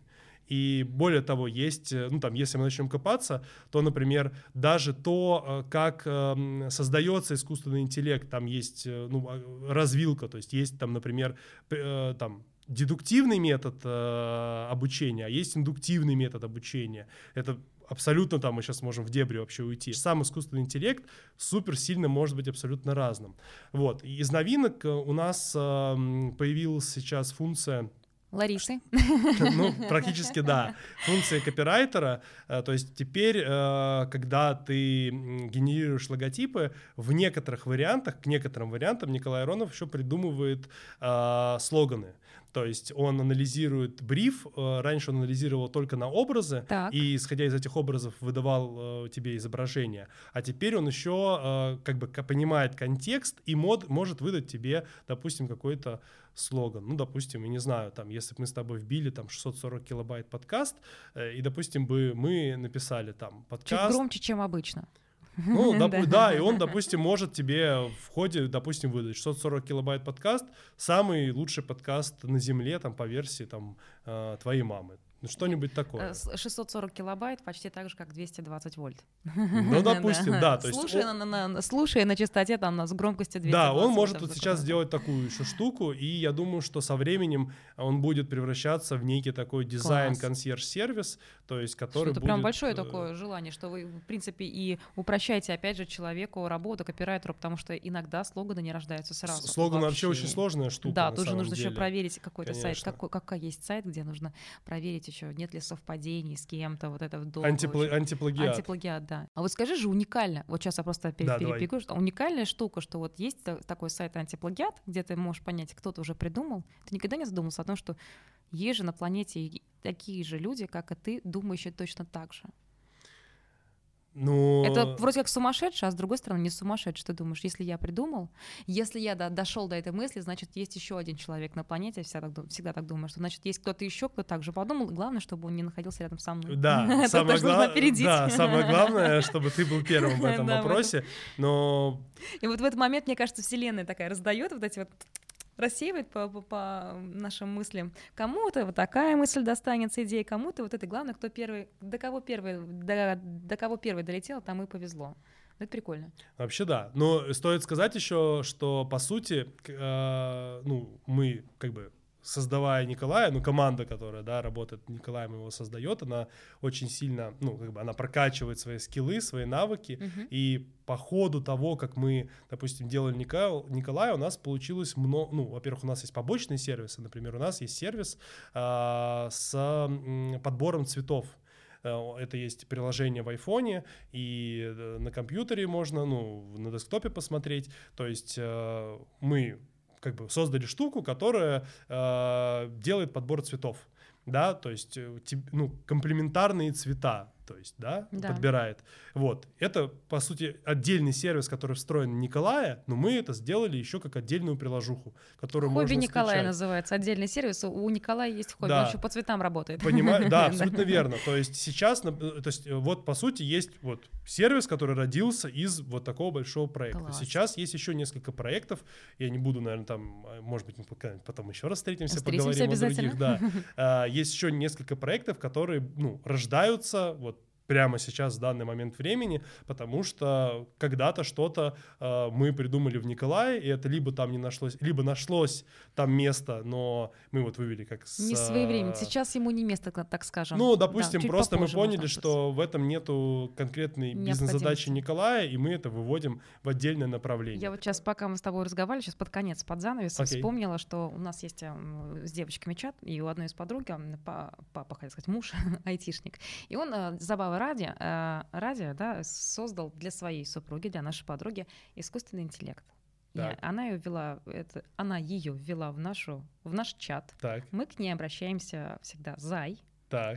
И более того, есть, ну там, если мы начнем копаться, то, например, даже то, как э, создается искусственный интеллект, там есть ну, развилка, то есть есть там, например, э, там, дедуктивный метод э, обучения, а есть индуктивный метод обучения. Это абсолютно там мы сейчас можем в дебри вообще уйти. Сам искусственный интеллект супер сильно может быть абсолютно разным. Вот. Из новинок у нас э, появилась сейчас функция Ларисы. Ну, практически да. Функция копирайтера, то есть теперь, когда ты генерируешь логотипы, в некоторых вариантах, к некоторым вариантам Николай Аронов еще придумывает э, слоганы. То есть он анализирует бриф, раньше он анализировал только на образы, так. и, исходя из этих образов, выдавал э, тебе изображение. А теперь он еще э, как бы понимает контекст и мод, может выдать тебе, допустим, какой-то слоган. Ну, допустим, я не знаю, там, если бы мы с тобой вбили там шестьсот сорок килобайт подкаст, э, и, допустим, бы мы написали там подкаст... Чуть громче, чем обычно. Ну, доп- да, и он, допустим, может тебе в ходе, допустим, выдать шестьсот сорок килобайт подкаст, самый лучший подкаст на Земле, там, по версии там, э, твоей мамы. Что-нибудь такое. шестьсот сорок килобайт почти так же, как двести двадцать вольт. Ну, допустим, да. То есть слушая, он... на, на, слушая на частоте там, с громкостью двести двадцать. Да, он может вот сейчас сделать такую еще штуку, и я думаю, что со временем он будет превращаться в некий такой дизайн-консьерж-сервис, то есть который это будет... прям большое такое желание, что вы, в принципе, и упрощаете, опять же, человеку работу, копирайтеру, потому что иногда слоганы не рождаются сразу. Слоган вообще очень сложная штука. Да, тоже нужно еще проверить какой-то Конечно. сайт. Какой, какой есть сайт, где нужно проверить еще, нет ли совпадений с кем-то, вот это долго. Антипла- антиплагиат. Антиплагиат, да. А вот скажи же, уникально, вот сейчас я просто пере- да, перепикаю, что уникальная штука, что вот есть такой сайт антиплагиат, где ты можешь понять, кто-то уже придумал. Ты никогда не задумался о том, что есть же на планете такие же люди, как и ты, думающие точно так же? Ну... Это вроде как сумасшедший, а с другой стороны не сумасшедший. Ты думаешь, если я придумал, если я до, дошел до этой мысли, значит, есть еще один человек на планете. Я всегда так, всегда так думаю, что значит, есть кто-то еще, кто так же подумал. Главное, чтобы он не находился рядом со мной. Да, самое, гла... да, самое главное, чтобы ты был первым в этом вопросе. Но... И вот в этот момент, мне кажется, Вселенная такая раздает вот эти вот... рассеивает по, по, по нашим мыслям. Кому-то вот такая мысль достанется, идея, кому-то вот это. Главное, кто первый, до кого первый, до, до кого первый долетел, там и повезло. Это прикольно. Вообще да. Но стоит сказать еще, что по сути, э, ну, мы как бы создавая Николая, ну, команда, которая, да, работает, Николаем его создает, она очень сильно, ну, как бы она прокачивает свои скиллы, свои навыки, uh-huh. и по ходу того, как мы, допустим, делали Николая, Николая у нас получилось много, ну, во-первых, у нас есть побочные сервисы, например, у нас есть сервис э, с м, подбором цветов. Это есть приложение в айфоне, и на компьютере можно, ну, на десктопе посмотреть, то есть э, мы как бы создали штуку, которая э, делает подбор цветов, да, то есть ну, комплементарные цвета, то есть, да, да, подбирает. Вот. Это, по сути, отдельный сервис, который встроен в Николая, но мы это сделали еще как отдельную приложуху, которую хобби можно Николая скачать. Называется, отдельный сервис. У Николая есть хобби, да. он еще по цветам работает. Понимаю, да, абсолютно верно. То есть сейчас, то есть вот по сути есть вот сервис, который родился из вот такого большого проекта. Класс. Сейчас есть еще несколько проектов, я не буду, наверное, там, может быть, мы потом еще раз встретимся, встретимся поговорим о других. Да. Есть еще несколько проектов, которые, ну, рождаются вот прямо сейчас, в данный момент времени, потому что когда-то что-то э, мы придумали в Николае, и это либо там не нашлось, либо нашлось там место, но мы вот вывели как с... Не своевременно. Сейчас ему не место, так скажем. Ну, допустим, да, просто мы поняли, можно что в этом нету конкретной бизнес-задачи Николая, и мы это выводим в отдельное направление. Я вот сейчас, пока мы с тобой разговаривали, сейчас под конец, под занавес, okay. вспомнила, что у нас есть с девочками чат, и у одной из подруг, папа, хотел сказать, муж, айтишник, и он забавы ради, ради да, создал для своей супруги, для нашей подруги искусственный интеллект. И она ее ввела, это, она ее ввела в, нашу, в наш чат. Так. Мы к ней обращаемся всегда «Зай». Так.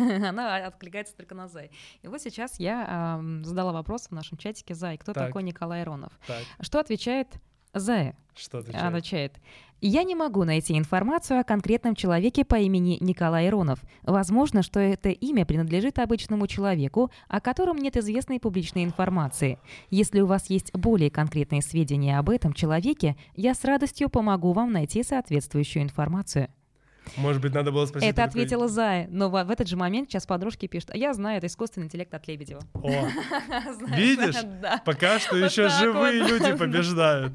Она откликается только на «Зай». И вот сейчас я э, задала вопрос в нашем чатике «Зай, кто так. такой Николай Иронов?» Так. Что отвечает Зая? Что отвечает? Она отвечает: «Я не могу найти информацию о конкретном человеке по имени Николай Иронов. Возможно, что это имя принадлежит обычному человеку, о котором нет известной публичной информации. Если у вас есть более конкретные сведения об этом человеке, я с радостью помогу вам найти соответствующую информацию». Может быть, надо было спросить... Это ответила такой... Зая, но в, в этот же момент сейчас подружки пишут: а я знаю, это искусственный интеллект от Лебедева. О, видишь? Пока что еще живые люди побеждают.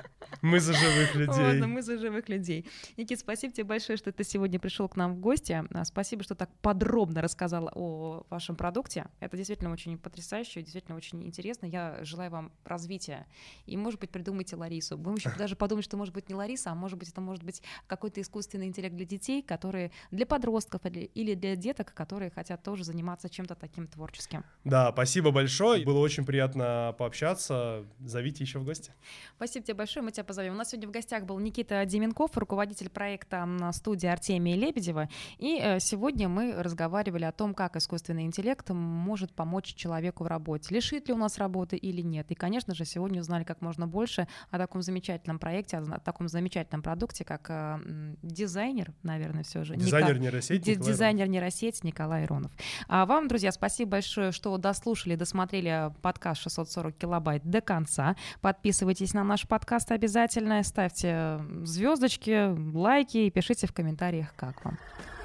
Мы за живых людей. Вот, мы за живых людей. Никит, спасибо тебе большое, что ты сегодня пришел к нам в гости. Спасибо, что так подробно рассказал о вашем продукте. Это действительно очень потрясающе, действительно очень интересно. Я желаю вам развития. И, может быть, придумайте Ларису. Мы еще даже подумали, что, может быть, не Лариса, а может быть, это может быть какой-то искусственный интеллект для детей, которые для подростков или для деток, которые хотят тоже заниматься чем-то таким творческим. Да, спасибо большое. Было очень приятно пообщаться. Зовите еще в гости. Спасибо тебе большое. Мы тебя позовем. У нас сегодня в гостях был Никита Деменков, руководитель проекта студии Артемия Лебедева. И сегодня мы разговаривали о том, как искусственный интеллект может помочь человеку в работе. Лишит ли у нас работы или нет. И, конечно же, сегодня узнали как можно больше о таком замечательном проекте, о таком замечательном продукте, как э, дизайнер, наверное, все же. Дизайнер нейросети. Ди- дизайнер нейросети Николай Иронов. А вам, друзья, спасибо большое, что дослушали, досмотрели подкаст шестьсот сорок килобайт до конца. Подписывайтесь на наш подкаст обязательно. Ставьте звездочки, лайки и пишите в комментариях, как вам.